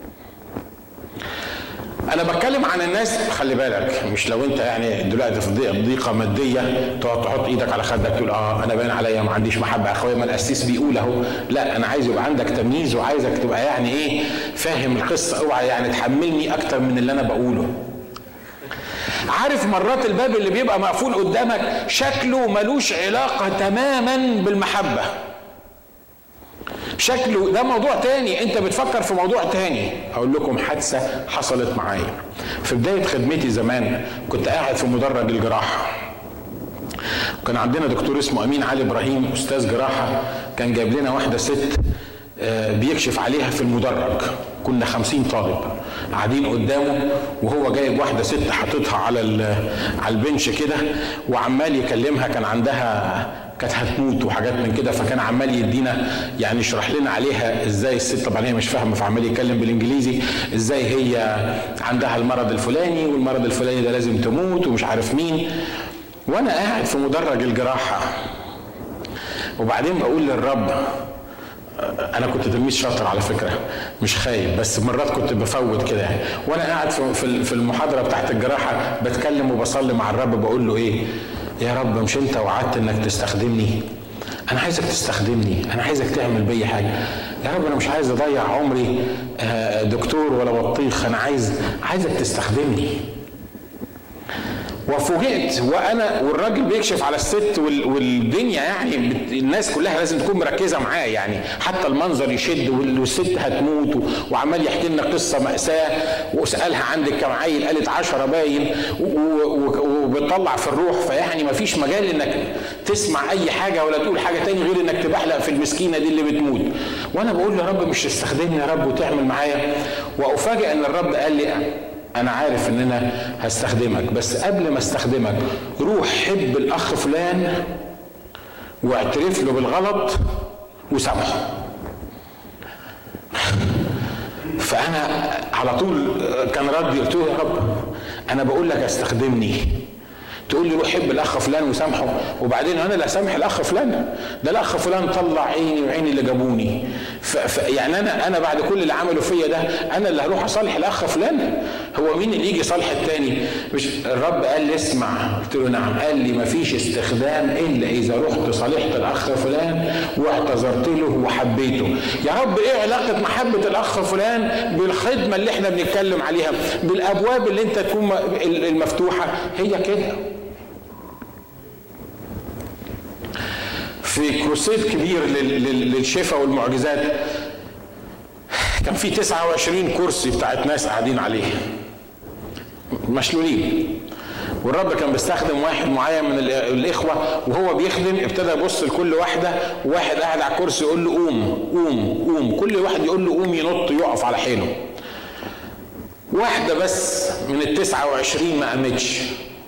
انا بتكلم عن الناس، خلي بالك، مش لو انت دلوقتي في ضيقه ماديه تقعد تحط ايدك على خدك تقول انا باين عليا ما عنديش محبه اخويه، ما القسيس بيقول اهو. لا، انا عايز يبقى عندك تمييز، وعايزك تبقى فاهم القصه. اوعى تحملني اكتر من اللي انا بقوله. عارف مرات الباب اللي بيبقى مقفول قدامك شكله ملوش علاقه تماما بالمحبه. شكله ده موضوع تاني، انت بتفكر في موضوع تاني. اقول لكم حادثة حصلت معايا في بداية خدمتي زمان. كنت قاعد في مدرج الجراحة، كان عندنا دكتور اسمه امين علي ابراهيم استاذ جراحة، كان جايب لنا واحدة ست بيكشف عليها في المدرج. كنا 50 طالب قاعدين قدامه، وهو جايب واحدة ست حاططها على البنش كده وعمال يكلمها. كان عندها كانت هتموت وحاجات من كده، فكان عمال يدينا يعني يشرح لنا عليها ازاي الست، طبعا هي مش فاهمه فعمال يتكلم بالانجليزي، ازاي هي عندها المرض الفلاني والمرض الفلاني ده لازم تموت ومش عارف مين. وانا قاعد في مدرج الجراحه وبعدين بقول للرب، انا كنت تلميذ شاطر على فكره مش خايب، بس مرات كنت بفوت كده يعني. وانا قاعد في المحاضره بتاعت الجراحه بتكلم وبصلي مع الرب، بقول له ايه يا رب، مش انت وعدت انك تستخدمني؟ انا عايزك تستخدمني، انا عايزك تعمل بيا حاجه يا رب. انا مش عايز اضيع عمري دكتور ولا بطيخ، انا عايزك تستخدمني. وفوجئت وانا والراجل بيكشف على الست والدنيا، يعني الناس كلها لازم تكون مركزه معاه، يعني حتى المنظر يشد والست هتموت، وعمال يحكي لنا قصه ماساه. وسالها عندك كم عيل؟ قالت 10 باين، وبتطلع في الروح. فيعني ما فيش مجال انك تسمع اي حاجه ولا تقول حاجه تاني غير انك تبحلق في المسكينه دي اللي بتموت. وانا بقول يا رب مش تستخدمني يا رب وتعمل معايا؟ وافاجئ ان الرب قال لي انا عارف ان انا هستخدمك، بس قبل ما استخدمك روح حب الاخ فلان واعترف له بالغلط وسامحه. فانا على طول كان ردي قلت له يا رب انا بقول لك استخدمني، تقول لي روح حب الاخ فلان وسامحه، وبعدين انا لا سامح الاخ فلان، ده الاخ فلان طلع عيني وعيني اللي جابوني. يعني انا بعد كل اللي عمله فيا ده انا اللي هروح اصالح الاخ فلان؟ هو مين اللي يجي يصالح التاني؟ مش الرب قال لي اسمع؟ قلت له نعم. قال لي مفيش استخدام الا اذا رحت صالحت الاخ فلان واعتذرت له وحبيته. يا رب ايه علاقه محبه الاخ فلان بالخدمه اللي احنا بنتكلم عليها، بالابواب اللي انت تكون المفتوحه؟ هي كده. في كروسيد كبير للشفاء والمعجزات كان في 29 كرسي بتاعت ناس قاعدين عليه مشلولين، والرب كان بيستخدم واحد معين من الاخوه وهو بيخدم ابتدى يبص لكل واحده، وواحد قاعد على الكرسي يقول له قوم قوم قوم، كل واحد يقول له قوم ينط يقف على حيله. واحده بس من ال29 ما قامتش.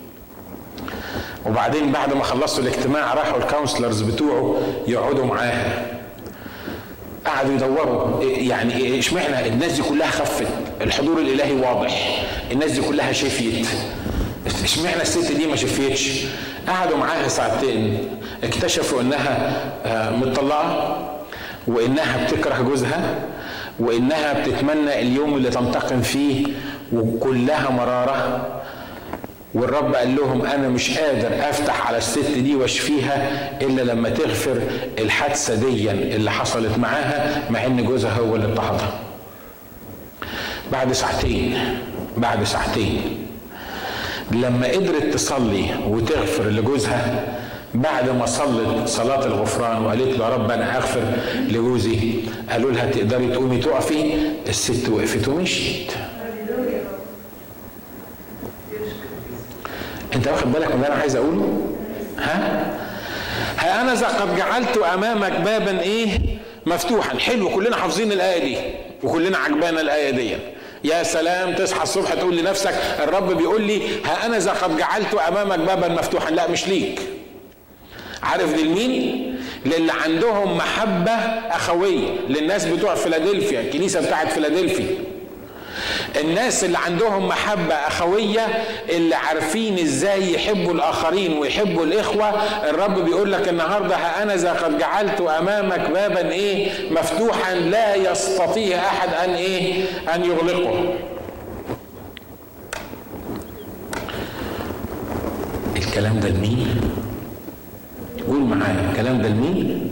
وبعدين بعد ما خلصوا الاجتماع راحوا الكونسلرز بتوعه يقعدوا معاها، قعدوا يدوروا يعني اشمعنى الناس دي كلها خفت، الحضور الالهي واضح، الناس دي كلها شفيت، اشمعنى الست دي ما شفيتش؟ قعدوا معاها ساعتين، اكتشفوا انها مطلقه، وانها بتكره جوزها، وانها بتتمنى اليوم اللي تنتقم فيه، وكلها مراره. والرب قال لهم انا مش قادر افتح على الست دي واشفيها الا لما تغفر الحادثه دي اللي حصلت معاها، مع ان جوزها هو اللي اضطهدها. بعد ساعتين لما قدرت تصلي وتغفر لجوزها، بعد ما صلت صلاه الغفران وقالت له يا رب انا هغفر لجوزي، قالوا لها تقدري تقومي تقفي؟ الست وقفت ومشيت. انت واخد بالك من اللي انا عايز اقوله؟ ها انا قد جعلت امامك بابا ايه مفتوحا. حلو، كلنا حافظين الايه دي وكلنا عجبانا الايه دي. يا سلام، تصحى الصبح تقول لنفسك الرب بيقول لي ها انا قد جعلت امامك بابا مفتوحا. لا مش ليك. عارف دي لمين؟ للي عندهم محبه اخويه، للناس بتوع فيلادلفيا، الكنيسه بتاعت فيلادلفيا، الناس اللي عندهم محبة أخوية، اللي عارفين ازاي يحبوا الآخرين ويحبوا الإخوة. الرب بيقول لك النهاردة ها أنا قد جعلت أمامك بابا إيه مفتوحا لا يستطيع أحد أن إيه أن يغلقه. الكلام ده لمين؟ قول معايا، الكلام ده لمين؟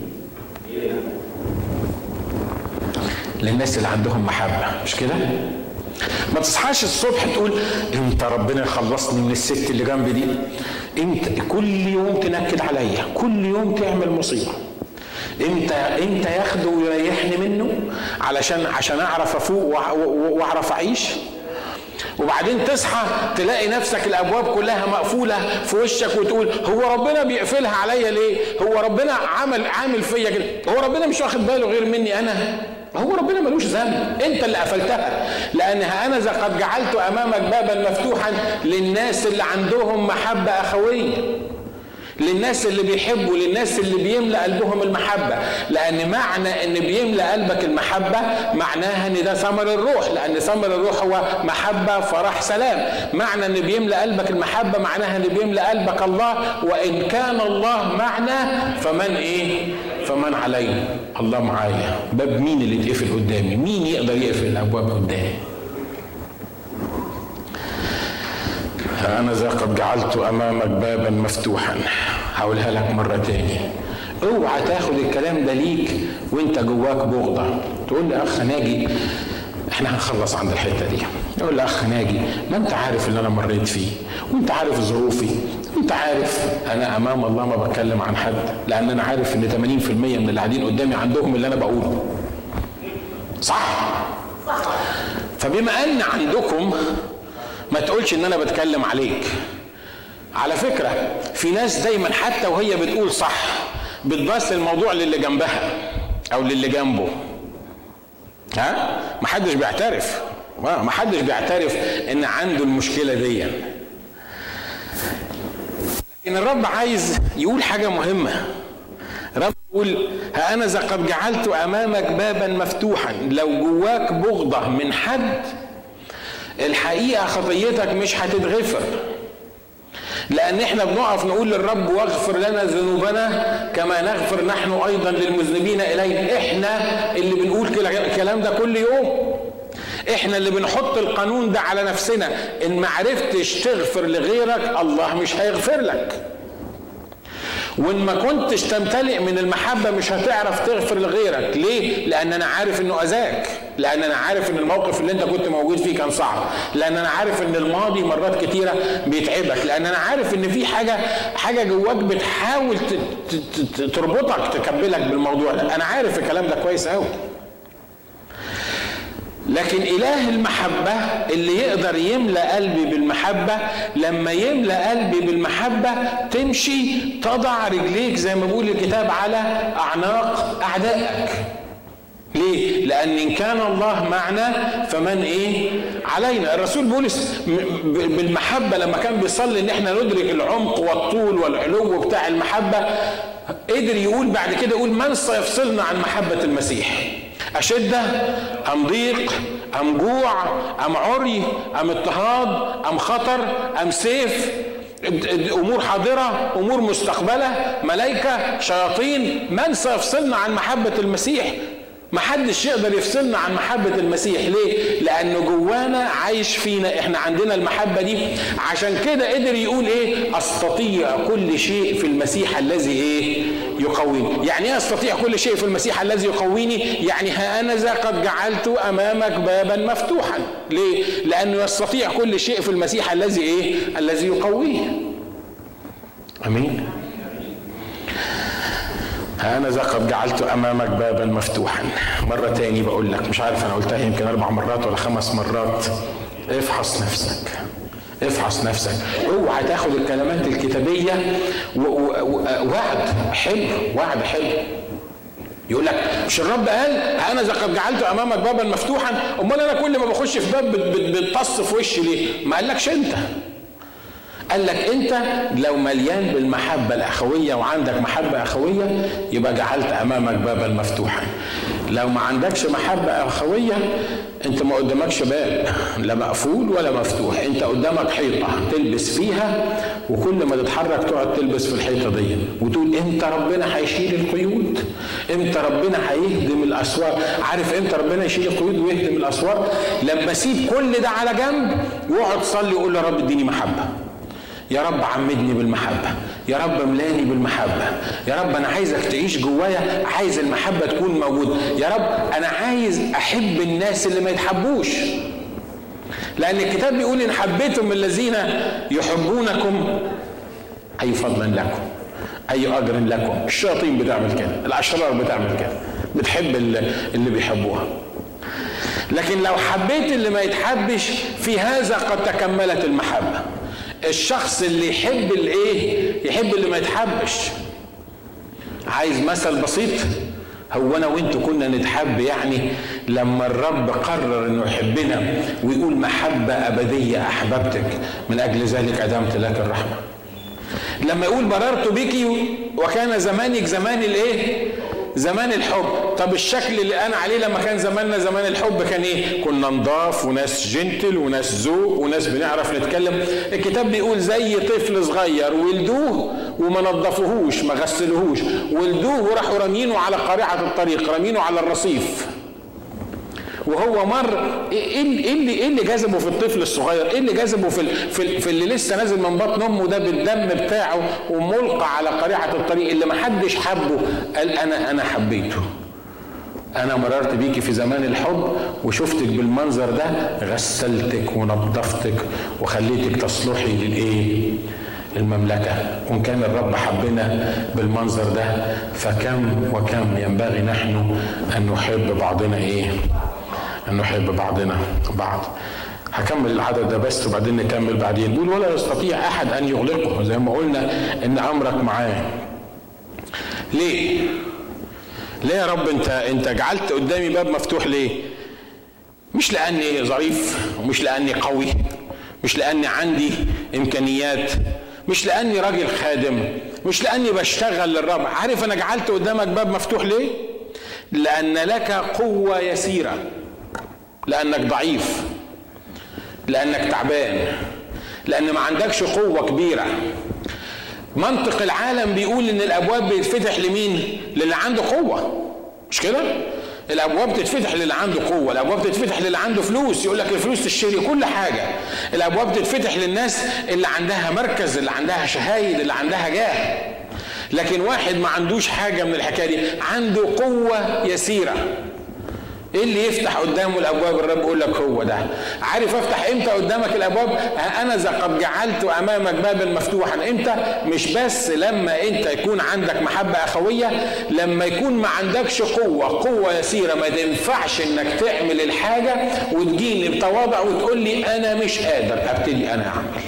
للناس اللي عندهم محبة، مش كده؟ ما تصحاش الصبح تقول انت ربنا يخلصني من الست اللي جنبي دي، انت كل يوم تنكد عليا، كل يوم تعمل مصيبه، امتى ياخده ويريحني منه عشان اعرف افوق واعرف اعيش. وبعدين تصحى تلاقي نفسك الابواب كلها مقفوله في وشك وتقول هو ربنا بيقفلها عليا ليه؟ هو ربنا عامل فيا كده؟ هو ربنا مش واخد باله غير مني انا؟ هو ربنا ملوش ذنب، انت اللي قفلتها. لانها انا قد جعلت امامك بابا مفتوحا للناس اللي عندهم محبه اخويه، للناس اللي بيحبوا، للناس اللي بيملأ قلبهم المحبة. لأن معنى إن بيملأ قلبك المحبة معناها إن ده ثمر الروح، لأن ثمر الروح هو محبة فرح سلام. معنى إن بيملأ قلبك المحبة معناها إن بيملأ قلبك الله، وإن كان الله معنا فمن علينا. الله معايا. باب مين اللي يتقفل قدامي؟ مين يقدر يقفل الأبواب قدامي؟ أنا قد جعلت أمامك بابا مفتوحا. هقولها لك مرة تاني، اوعى تاخد الكلام ده ليك وانت جواك بغضة. تقول لي أخ ناجي احنا هنخلص عند الحتة دي. يقول لي أخ ناجي ما انت عارف اللي أنا مريت فيه، وانت عارف ظروفي، وانت عارف أنا أمام الله ما بتكلم عن حد، لأن أنا عارف إن 80% من اللي قاعدين قدامي عندهم اللي أنا بقوله. صح؟ فبما أن عندكم ما تقولش ان انا بتكلم عليك. على فكرة في ناس دايما حتى وهي بتقول صح بتبص الموضوع للي جنبها او للي جنبه. محدش بيعترف ان عنده المشكلة دي. لكن الرب عايز يقول حاجة مهمة. رب يقول ها أنا قد جعلت أمامك بابا مفتوحا. لو جواك بغضة من حد الحقيقة خطيتك مش هتتغفر، لأن احنا بنقف نقول للرب واغفر لنا ذنوبنا كما نغفر نحن أيضا للمذنبين إلينا. احنا اللي بنقول الكلام ده كل يوم، احنا اللي بنحط القانون ده على نفسنا. إن ما عرفتش تغفر لغيرك الله مش هيغفر لك، وإن ما كنتش تمتلئ من المحبة مش هتعرف تغفر لغيرك. ليه؟ لأن أنا عارف إنه أذاك، لأن أنا عارف إن الموقف اللي أنت كنت موجود فيه كان صعب، لأن أنا عارف إن الماضي مرات كتيرة بيتعبك، لأن أنا عارف إن في حاجة جواك بتحاول تربطك تكبلك بالموضوع ده. أنا عارف الكلام ده كويس قوي. لكن إله المحبة اللي يقدر يملأ قلبي بالمحبة، لما يملأ قلبي بالمحبة تمشي تضع رجليك زي ما بيقول الكتاب على أعناق أعدائك. ليه؟ لأن إن كان الله معنا فمن علينا. الرسول بولس بالمحبة لما كان بيصلي إن احنا ندرك العمق والطول والعلو بتاع المحبة، قدر يقول بعد كده يقول من سيفصلنا عن محبة المسيح؟ أشدة أم ضيق أم جوع أم عري أم اضطهاد أم خطر أم سيف، أمور حاضرة أمور مستقبلة، ملائكة شياطين، من سيفصلنا عن محبة المسيح؟ محدش يقدر يفصلنا عن محبة المسيح. ليه؟ لأنه جوانا عايش فينا، احنا عندنا المحبة دي. عشان كده قدر يقول أستطيع كل شيء في المسيح الذي يقويني. يعني أستطيع كل شيء في المسيح الذي يقويني؟ يعني ها أنا قد جعلت أمامك بابا مفتوحا. ليه؟ لأنه يستطيع كل شيء في المسيح الذي يقويه. أمين. أنا قد جعلت أمامك بابا مفتوحا. مرة تاني بقول لك، مش عارف أنا قلتها يمكن 4 مرات ولا 5 مرات، افحص نفسك. اوعى تاخد الكلمات الكتابية وعد حلو. يقول لك مش الرب قال أنا قد جعلت أمامك بابا مفتوحا؟ أمال أنا كل ما بخش في باب بتطص في وشي ليه؟ ما قالكش أنت، قال لك انت لو مليان بالمحبة الأخوية وعندك محبة أخوية يبقى جعلت أمامك بابا مفتوحا. لو ما عندكش محبة أخوية انت ما قدامكش باب لا مقفول ولا مفتوح، انت قدامك حيطة تلبس فيها، وكل ما تتحرك تقعد تلبس في الحيطة دي وتقول امتى ربنا هيشيل القيود، امتى ربنا هيهدم الأسوار. عارف امتى ربنا يشيل القيود ويهدم الأسوار؟ لما اسيب كل ده على جنب واقعد صلي وقول يا رب اديني محبة، يا رب عمدني بالمحبة، يا رب املاني بالمحبة، يا رب أنا عايزك تعيش جوايا، عايز المحبة تكون موجودة، يا رب أنا عايز أحب الناس اللي ما يتحبوش، لأن الكتاب بيقول إن حبيتم الذين يحبونكم أي فضلا لكم. اي اجر لكم. الشياطين بتعمل كده، الاشرار بتعمل كده، بتحب اللي بيحبوها. لكن لو حبيت اللي ما يتحبش، في هذا قد تكملت المحبة. الشخص اللي يحب الايه؟ يحب اللي ما يتحبش. عايز مثل بسيط؟ هو انا وانتوا كنا نتحب يعني لما الرب قرر انه يحبنا ويقول محبة ابدية احببتك من اجل ذلك ادمت لك الرحمة. لما يقول بررت بك وكان زمانك زمان الايه؟ زمان الحب. طب الشكل اللي انا عليه لما كان زماننا زمان الحب كان ايه؟ كنا نضاف وناس جنتل وناس ذوق وناس بنعرف نتكلم. الكتاب بيقول زي طفل صغير ولدوه وما نضفوهوش ما غسلوهوش، ولدوه وراحوا رامينه على قارعة الطريق، رامينه على الرصيف. وهو مر ايه اللي جذبه في الطفل الصغير؟ ايه اللي جذبه في اللي لسه نازل من بطن امه ده بالدم بتاعه وملقى على قارعة الطريق اللي ما حدش حبه؟ قال انا حبيته. انا مررت بيكي في زمان الحب وشفتك بالمنظر ده، غسلتك ونظفتك وخليتك تصلحي للايه؟ المملكة. وإن كان الرب حبنا بالمنظر ده، فكم وكم ينبغي نحن أن نحب بعضنا إيه؟ أن نحب بعضنا بعض. هكمل العدد ده بس وبعدين نكمل بعدين. بيقول ولا يستطيع أحد أن يغلقه، زي ما قلنا إن أمرك معاه. ليه؟ ليه يا رب أنت جعلت قدامي باب مفتوح ليه؟ مش لأني ظريف، ومش لأني قوي، مش لأني عندي إمكانيات، مش لأني راجل خادم، مش لأني بشتغل للرب. عارف أنا جعلت قدامك باب مفتوح ليه؟ لأن لك قوة يسيرة، لأنك ضعيف، لأنك تعبان، لأن ما عندكش قوة كبيرة. منطق العالم بيقول إن الأبواب بيتفتح لمين؟ للي عنده قوة، مش كده؟ الابواب تتفتح للي عنده قوه، الابواب تتفتح للي عنده فلوس، يقول لك الفلوس تشتري كل حاجه. الابواب تتفتح للناس اللي عندها مركز، اللي عندها شهايد، اللي عندها جاه. لكن واحد ما عندوش حاجه من الحكايه دي، عنده قوه يسيره، ايه اللي يفتح قدامه الابواب؟ الرب يقول لك هو ده. عارف افتح امتى قدامك الابواب؟ انا ذا قد جعلت امامك بابا مفتوحا. امتى؟ مش بس لما انت يكون عندك محبه اخويه، لما يكون ما عندكش قوه يسيره، ما تنفعش انك تعمل الحاجه وتجيني بتواضع وتقول لي انا مش قادر، ابتدي انا اعمل.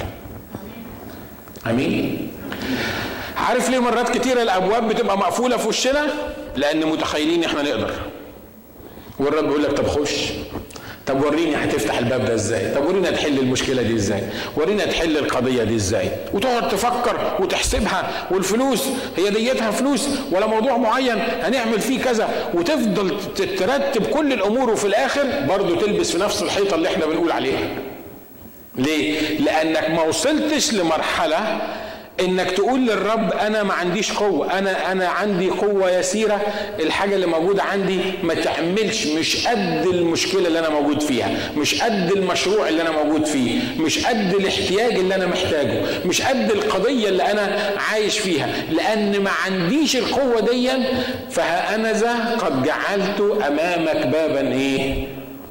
امين. عارف ليه مرات كتيره الابواب بتبقى مقفوله في وشنا؟ لان متخيلين احنا نقدر. والرب يقول لك طب خش، طب وريني هتفتح الباب ده ازاي، طب ورينا تحل المشكله دي ازاي، ورينا تحل القضيه دي ازاي. وتقعد تفكر وتحسبها، والفلوس هي ديتها فلوس ولا موضوع معين هنعمل فيه كذا، وتفضل ترتب كل الامور، وفي الاخر برضو تلبس في نفس الحيطه اللي احنا بنقول عليها. ليه؟ لانك ما وصلتش لمرحله انك تقول للرب انا ما عنديش قوه، انا عندي قوه يسيره، الحاجه اللي موجوده عندي ما تعملش، مش قد المشكله اللي انا موجود فيها، مش قد المشروع اللي انا موجود فيه، مش قد الاحتياج اللي انا محتاجه، مش قد القضيه اللي انا عايش فيها، لان ما عنديش القوه دي. فها انا ذا قد جعلت امامك بابا ايه؟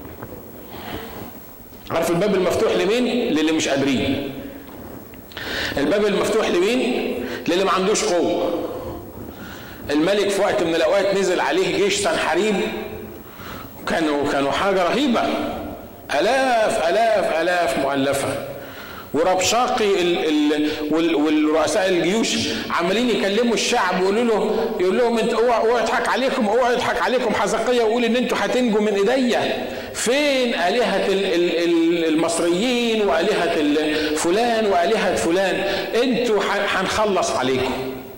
عارف الباب المفتوح لمين؟ للي مش قادرين. الباب المفتوح لمين؟ للي ما عندوش قوه. الملك في وقت من الاوقات نزل عليه جيش سنحريب، كانوا حاجه رهيبه، الاف مؤلفه، وربشاقي والرؤساء الجيوش عمالين يكلموا الشعب يقول لهم انت اوعوا يضحك عليكم حزقية ويقول ان انتوا هتنجوا من ايديا. فين آلهة المصريين وآلهة فلان وآلهة فلان؟ انتوا هنخلص عليكم.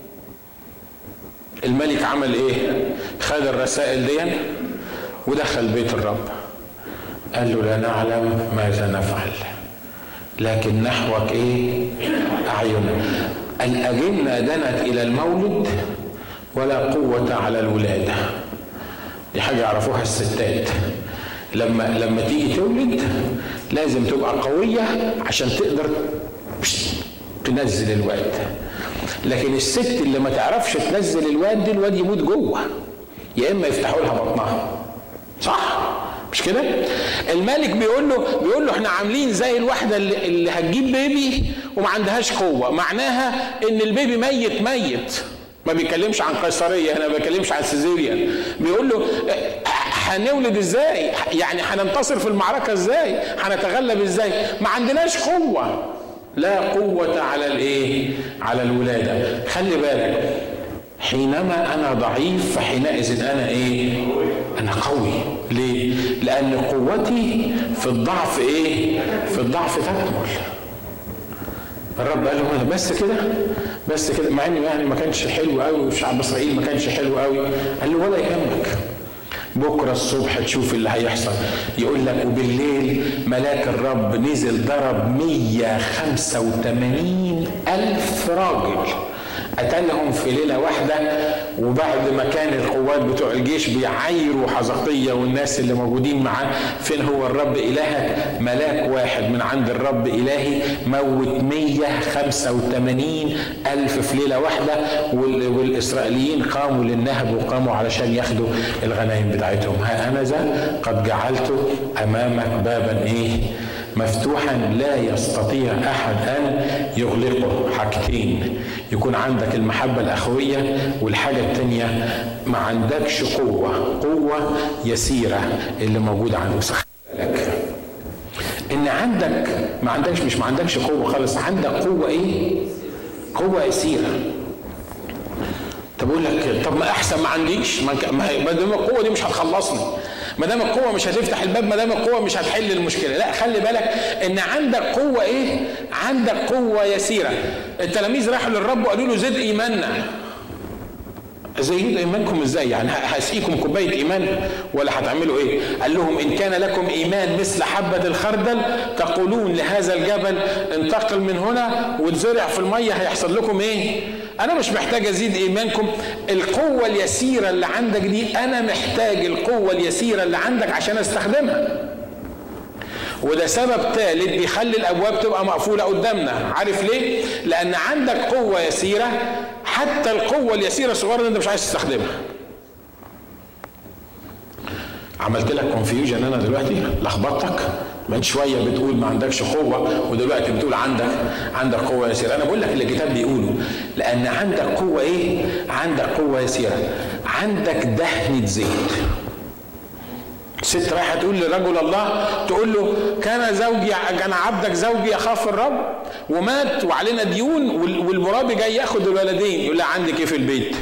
الملك عمل ايه؟ خد الرسائل دي ودخل بيت الرب، قال له لا نعلم ماذا نفعل، لكن نحوك ايه؟ اعيننا. الاجنة دنت الى المولد ولا قوة على الولادة. دي حاجة يعرفوها الستات، لما تيجي تولد لازم تبقى قوية عشان تقدر تنزل الواد. لكن الست اللي ما تعرفش تنزل الواد يموت جوه، يا اما يفتحوا لها بطنها. صح مش كده؟ الملك بيقول له احنا عاملين زي الواحده اللي هتجيب بيبي وما عندهاش قوه، معناها ان البيبي ميت. ما بيتكلمش عن قيصريه هنا، ما بيتكلمش عن سيزيريان. بيقول له هنولد ازاي؟ يعني هننتصر في المعركه ازاي؟ هنتغلب ازاي؟ ما عندناش قوه، لا قوه على الايه؟ على الولاده. خلي بالك، حينما انا ضعيف فحينئذ انا ايه؟ انا قوي. ليه؟ لان قوتي في الضعف ايه؟ في الضعف تكمل. الرب قال له بس كده، بس كده، مع انه يعني ما كانش حلو قوي، وفي شعب اسرائيل ما كانش حلو قوي. قال له ولا يهمك، بكره الصبح تشوف اللي هيحصل. يقول لك وبالليل ملاك الرب نزل ضرب 185,000 راجل، قتلهم في ليله واحده. وبعد ما كان القوات بتوع الجيش بيعايروا حزقية والناس اللي موجودين معاه فين هو الرب إلهك، ملاك واحد من عند الرب إلهي موت 185,000 في ليله واحده. والإسرائيليين قاموا للنهب وقاموا علشان ياخدوا الغنائم بتاعتهم. ها أنا ذا قد جعلت أمامك بابا إيه؟ مفتوحا لا يستطيع أحد أن يغلقه. حاجتين، يكون عندك المحبة الأخوية، والحاجة التانية ما عندكش قوة يسيرة اللي موجودة عندك. خلي إن عندك ما عندكش قوة خالص، عندك قوة إيه؟ قوة يسيرة. طب أقول لك طب ما أحسن ما عنديش، ما دام القوة دي مش هتخلصني، ما دام القوة مش هتفتح الباب، ما دام القوة مش هتحل المشكلة. لا، خلي بالك ان عندك قوة ايه؟ عندك قوة يسيرة. التلاميذ راحوا للرب وقالوا له زد ايماننا. زيد ايمانكم ازاي؟ يعني هسقيكم كوباية ايمان ولا هتعملوا ايه؟ قال لهم ان كان لكم ايمان مثل حبة الخردل تقولون لهذا الجبل انتقل من هنا وتزرع في المية، هيحصل لكم ايه؟ أنا مش محتاج أزيد إيمانكم. القوة اليسيرة اللي عندك دي أنا محتاج القوة اليسيرة اللي عندك عشان أستخدمها. وده سبب ثالث بيخلي الأبواب تبقى مقفولة قدامنا. عارف ليه؟ لأن عندك قوة يسيرة، حتى القوة اليسيرة الصغيرة أنت مش عايز تستخدمها. عملت لك كونفيوجن أنا دلوقتي، لخبطتك. من شويه بتقول ما عندكش قوه، ودلوقتي بتقول عندك قوه يسيره. انا بقول لك اللي الكتاب بيقوله، لان عندك قوه ايه؟ عندك قوه يسيره، عندك دهنه زيت. ست رايحه تقول لرجل الله، تقول له كان عبدك زوجي يخاف الرب ومات وعلينا ديون والمرابي جاي ياخد الولدين. يقول لها عندك ايه في البيت؟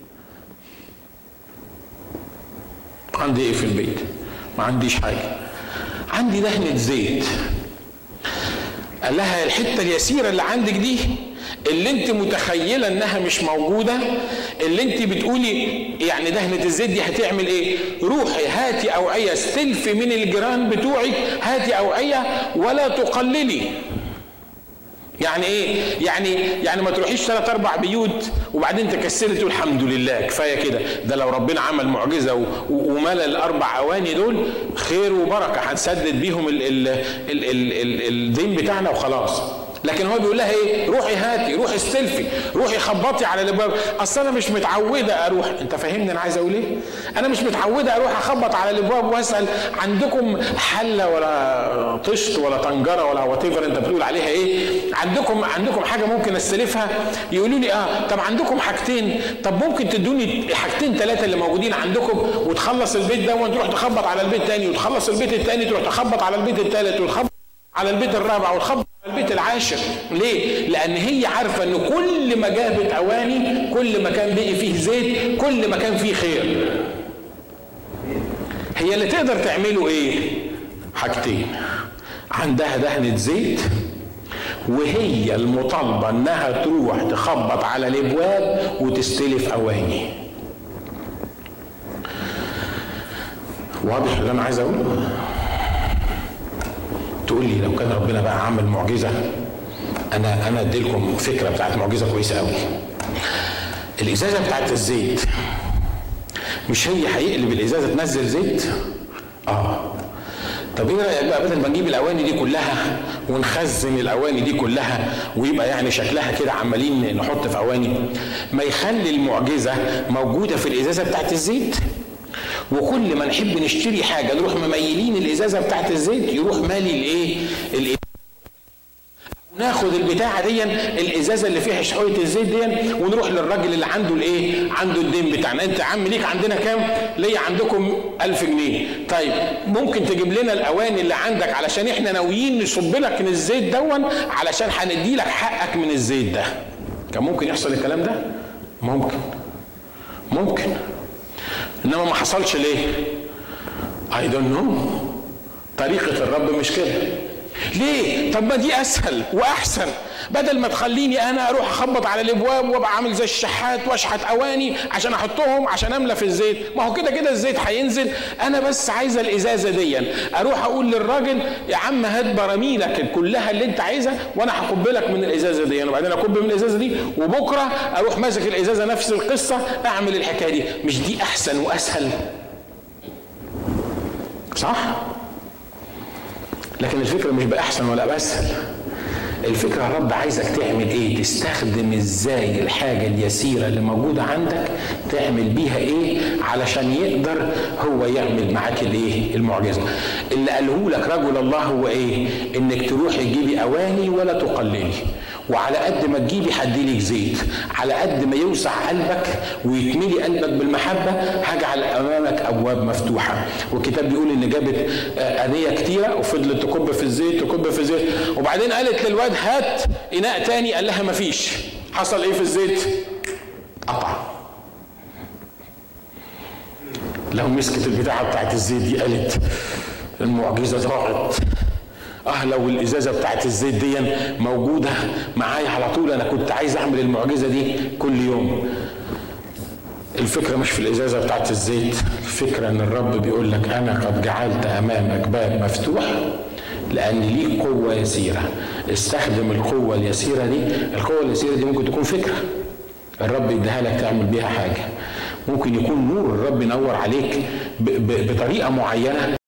عندي ايه في البيت؟ ما عنديش حاجه، عندي دهنة زيت. قال لها الحتة اليسيرة اللي عندك دي، اللي انت متخيلة انها مش موجودة، اللي انت بتقولي يعني دهنة الزيت دي هتعمل ايه؟ روحي هاتي اوعية، استلفي من الجيران بتوعك، هاتي اوعية ولا تقللي. يعني ايه؟ يعني ما تروحيش 3-4 بيوت وبعدين تكسلي تقول الحمد لله كفايه كده. ده لو ربنا عمل معجزه وملى ال4 اواني دول خير وبركه، هنسدد بيهم الدين بتاعنا وخلاص. لكن هو بيقول لها ايه؟ روحي هاتي، روحي استلفي، روحي خبطي على الابواب. اصل انا مش متعوده اروح. انت فاهمني انا عايز اقول ايه؟ انا مش متعوده اروح اخبط على الابواب واسال عندكم حله ولا طشت ولا طنجره ولا وات ايفر انت بتقول عليها ايه؟ عندكم حاجه ممكن استلفها؟ يقولوا لي طب عندكم حاجتين، طب ممكن تدوني حاجتين 3 اللي موجودين عندكم، وتخلص البيت ده وتروح تخبط على البيت الثاني، وتخلص البيت الثاني تروح تخبط على البيت الثالث، وتخبط على البيت الرابع، وتخبط على البيت العاشر. ليه؟ لأن هي عارفة إن كل ما جابت أواني، كل ما كان بقي فيه زيت، كل ما كان فيه خير. هي اللي تقدر تعمله إيه؟ حاجتين، عندها دهنة زيت، وهي المطالبة إنها تروح تخبط على الأبواب وتستلف أواني. واضح اللي أنا عايز أقوله؟ تقول لي لو كان ربنا بقى عمل معجزه، انا اديلكم فكره بتاعت معجزه كويسه قوي. الازازه بتاعت الزيت مش هي هيقلب الازازه تنزل زيت؟ طب ايه رايك بقى بدل ما نجيب الاواني دي كلها ونخزن الاواني دي كلها ويبقى يعني شكلها كده عمالين نحط في اواني، ما يخلي المعجزه موجوده في الازازه بتاعت الزيت، وكل ما نحب نشتري حاجه نروح مميلين الازازه بتاعت الزيت، يروح مالي الايه؟ ناخد البتاعه دي الازازه اللي فيها شويه الزيت دي ونروح للراجل اللي عنده الايه، عنده الدين بتاعنا. انت يا عم ليك عندنا كام؟ ليا عندكم 1000 جنيه. طيب ممكن تجيب لنا الاواني اللي عندك علشان احنا ناويين نصب لك من الزيت دون علشان هندي لك حقك من الزيت ده. كان ممكن يحصل الكلام ده؟ ممكن انما ما حصلش ليه؟ I don't know. طريقة الرب مش كده. ليه؟ طب ما دي اسهل واحسن، بدل ما تخليني انا اروح اخبط على الابواب وابقى عامل زي الشحات واشحت اواني عشان احطهم عشان املى في الزيت. ما هو كده الزيت هينزل. انا بس عايزه الازازه دي، اروح اقول للراجل يا عم هات براميلك كلها اللي انت عايزها وانا هكب لك من الازازه دي، وبعدين اكب من الازازه دي، وبكره اروح ماسك الازازه نفس القصه اعمل الحكايه دي. مش دي احسن واسهل؟ صح؟ لكن الفكرة مش بأحسن ولا بأسهل. الفكرة الرب عايزك تعمل ايه؟ تستخدم ازاي الحاجة اليسيرة اللي موجودة عندك، تعمل بيها ايه علشان يقدر هو يعمل معاك الايه؟ المعجزة. اللي قاله لك رجل الله هو ايه؟ انك تروحي تجيبي اواني ولا تقللي، وعلى قد ما تجيبي هديلك زيت، على قد ما يوسع قلبك ويتملي قلبك بالمحبة هجعل امامك ابواب مفتوحة. والكتاب بيقول ان جابت انية كتيرة وفضلت تكب في الزيت وبعدين قالت للواد هات اناء تاني، قال لها مفيش. حصل ايه في الزيت؟ قطع. لو مسكت البتاعة بتاعت الزيت دي قالت المعجزة ضاعت. لو الازازه بتاعت الزيت دي موجوده معايا على طول، انا كنت عايز اعمل المعجزه دي كل يوم. الفكره مش في الازازه بتاعت الزيت، الفكره ان الرب بيقول لك انا قد جعلت امامك باب مفتوح لان ليك قوه يسيره. استخدم القوه اليسيره دي. القوه اليسيره دي ممكن تكون فكره الرب يديها لك تعمل بيها حاجه، ممكن يكون نور الرب ينور عليك بطريقه معينه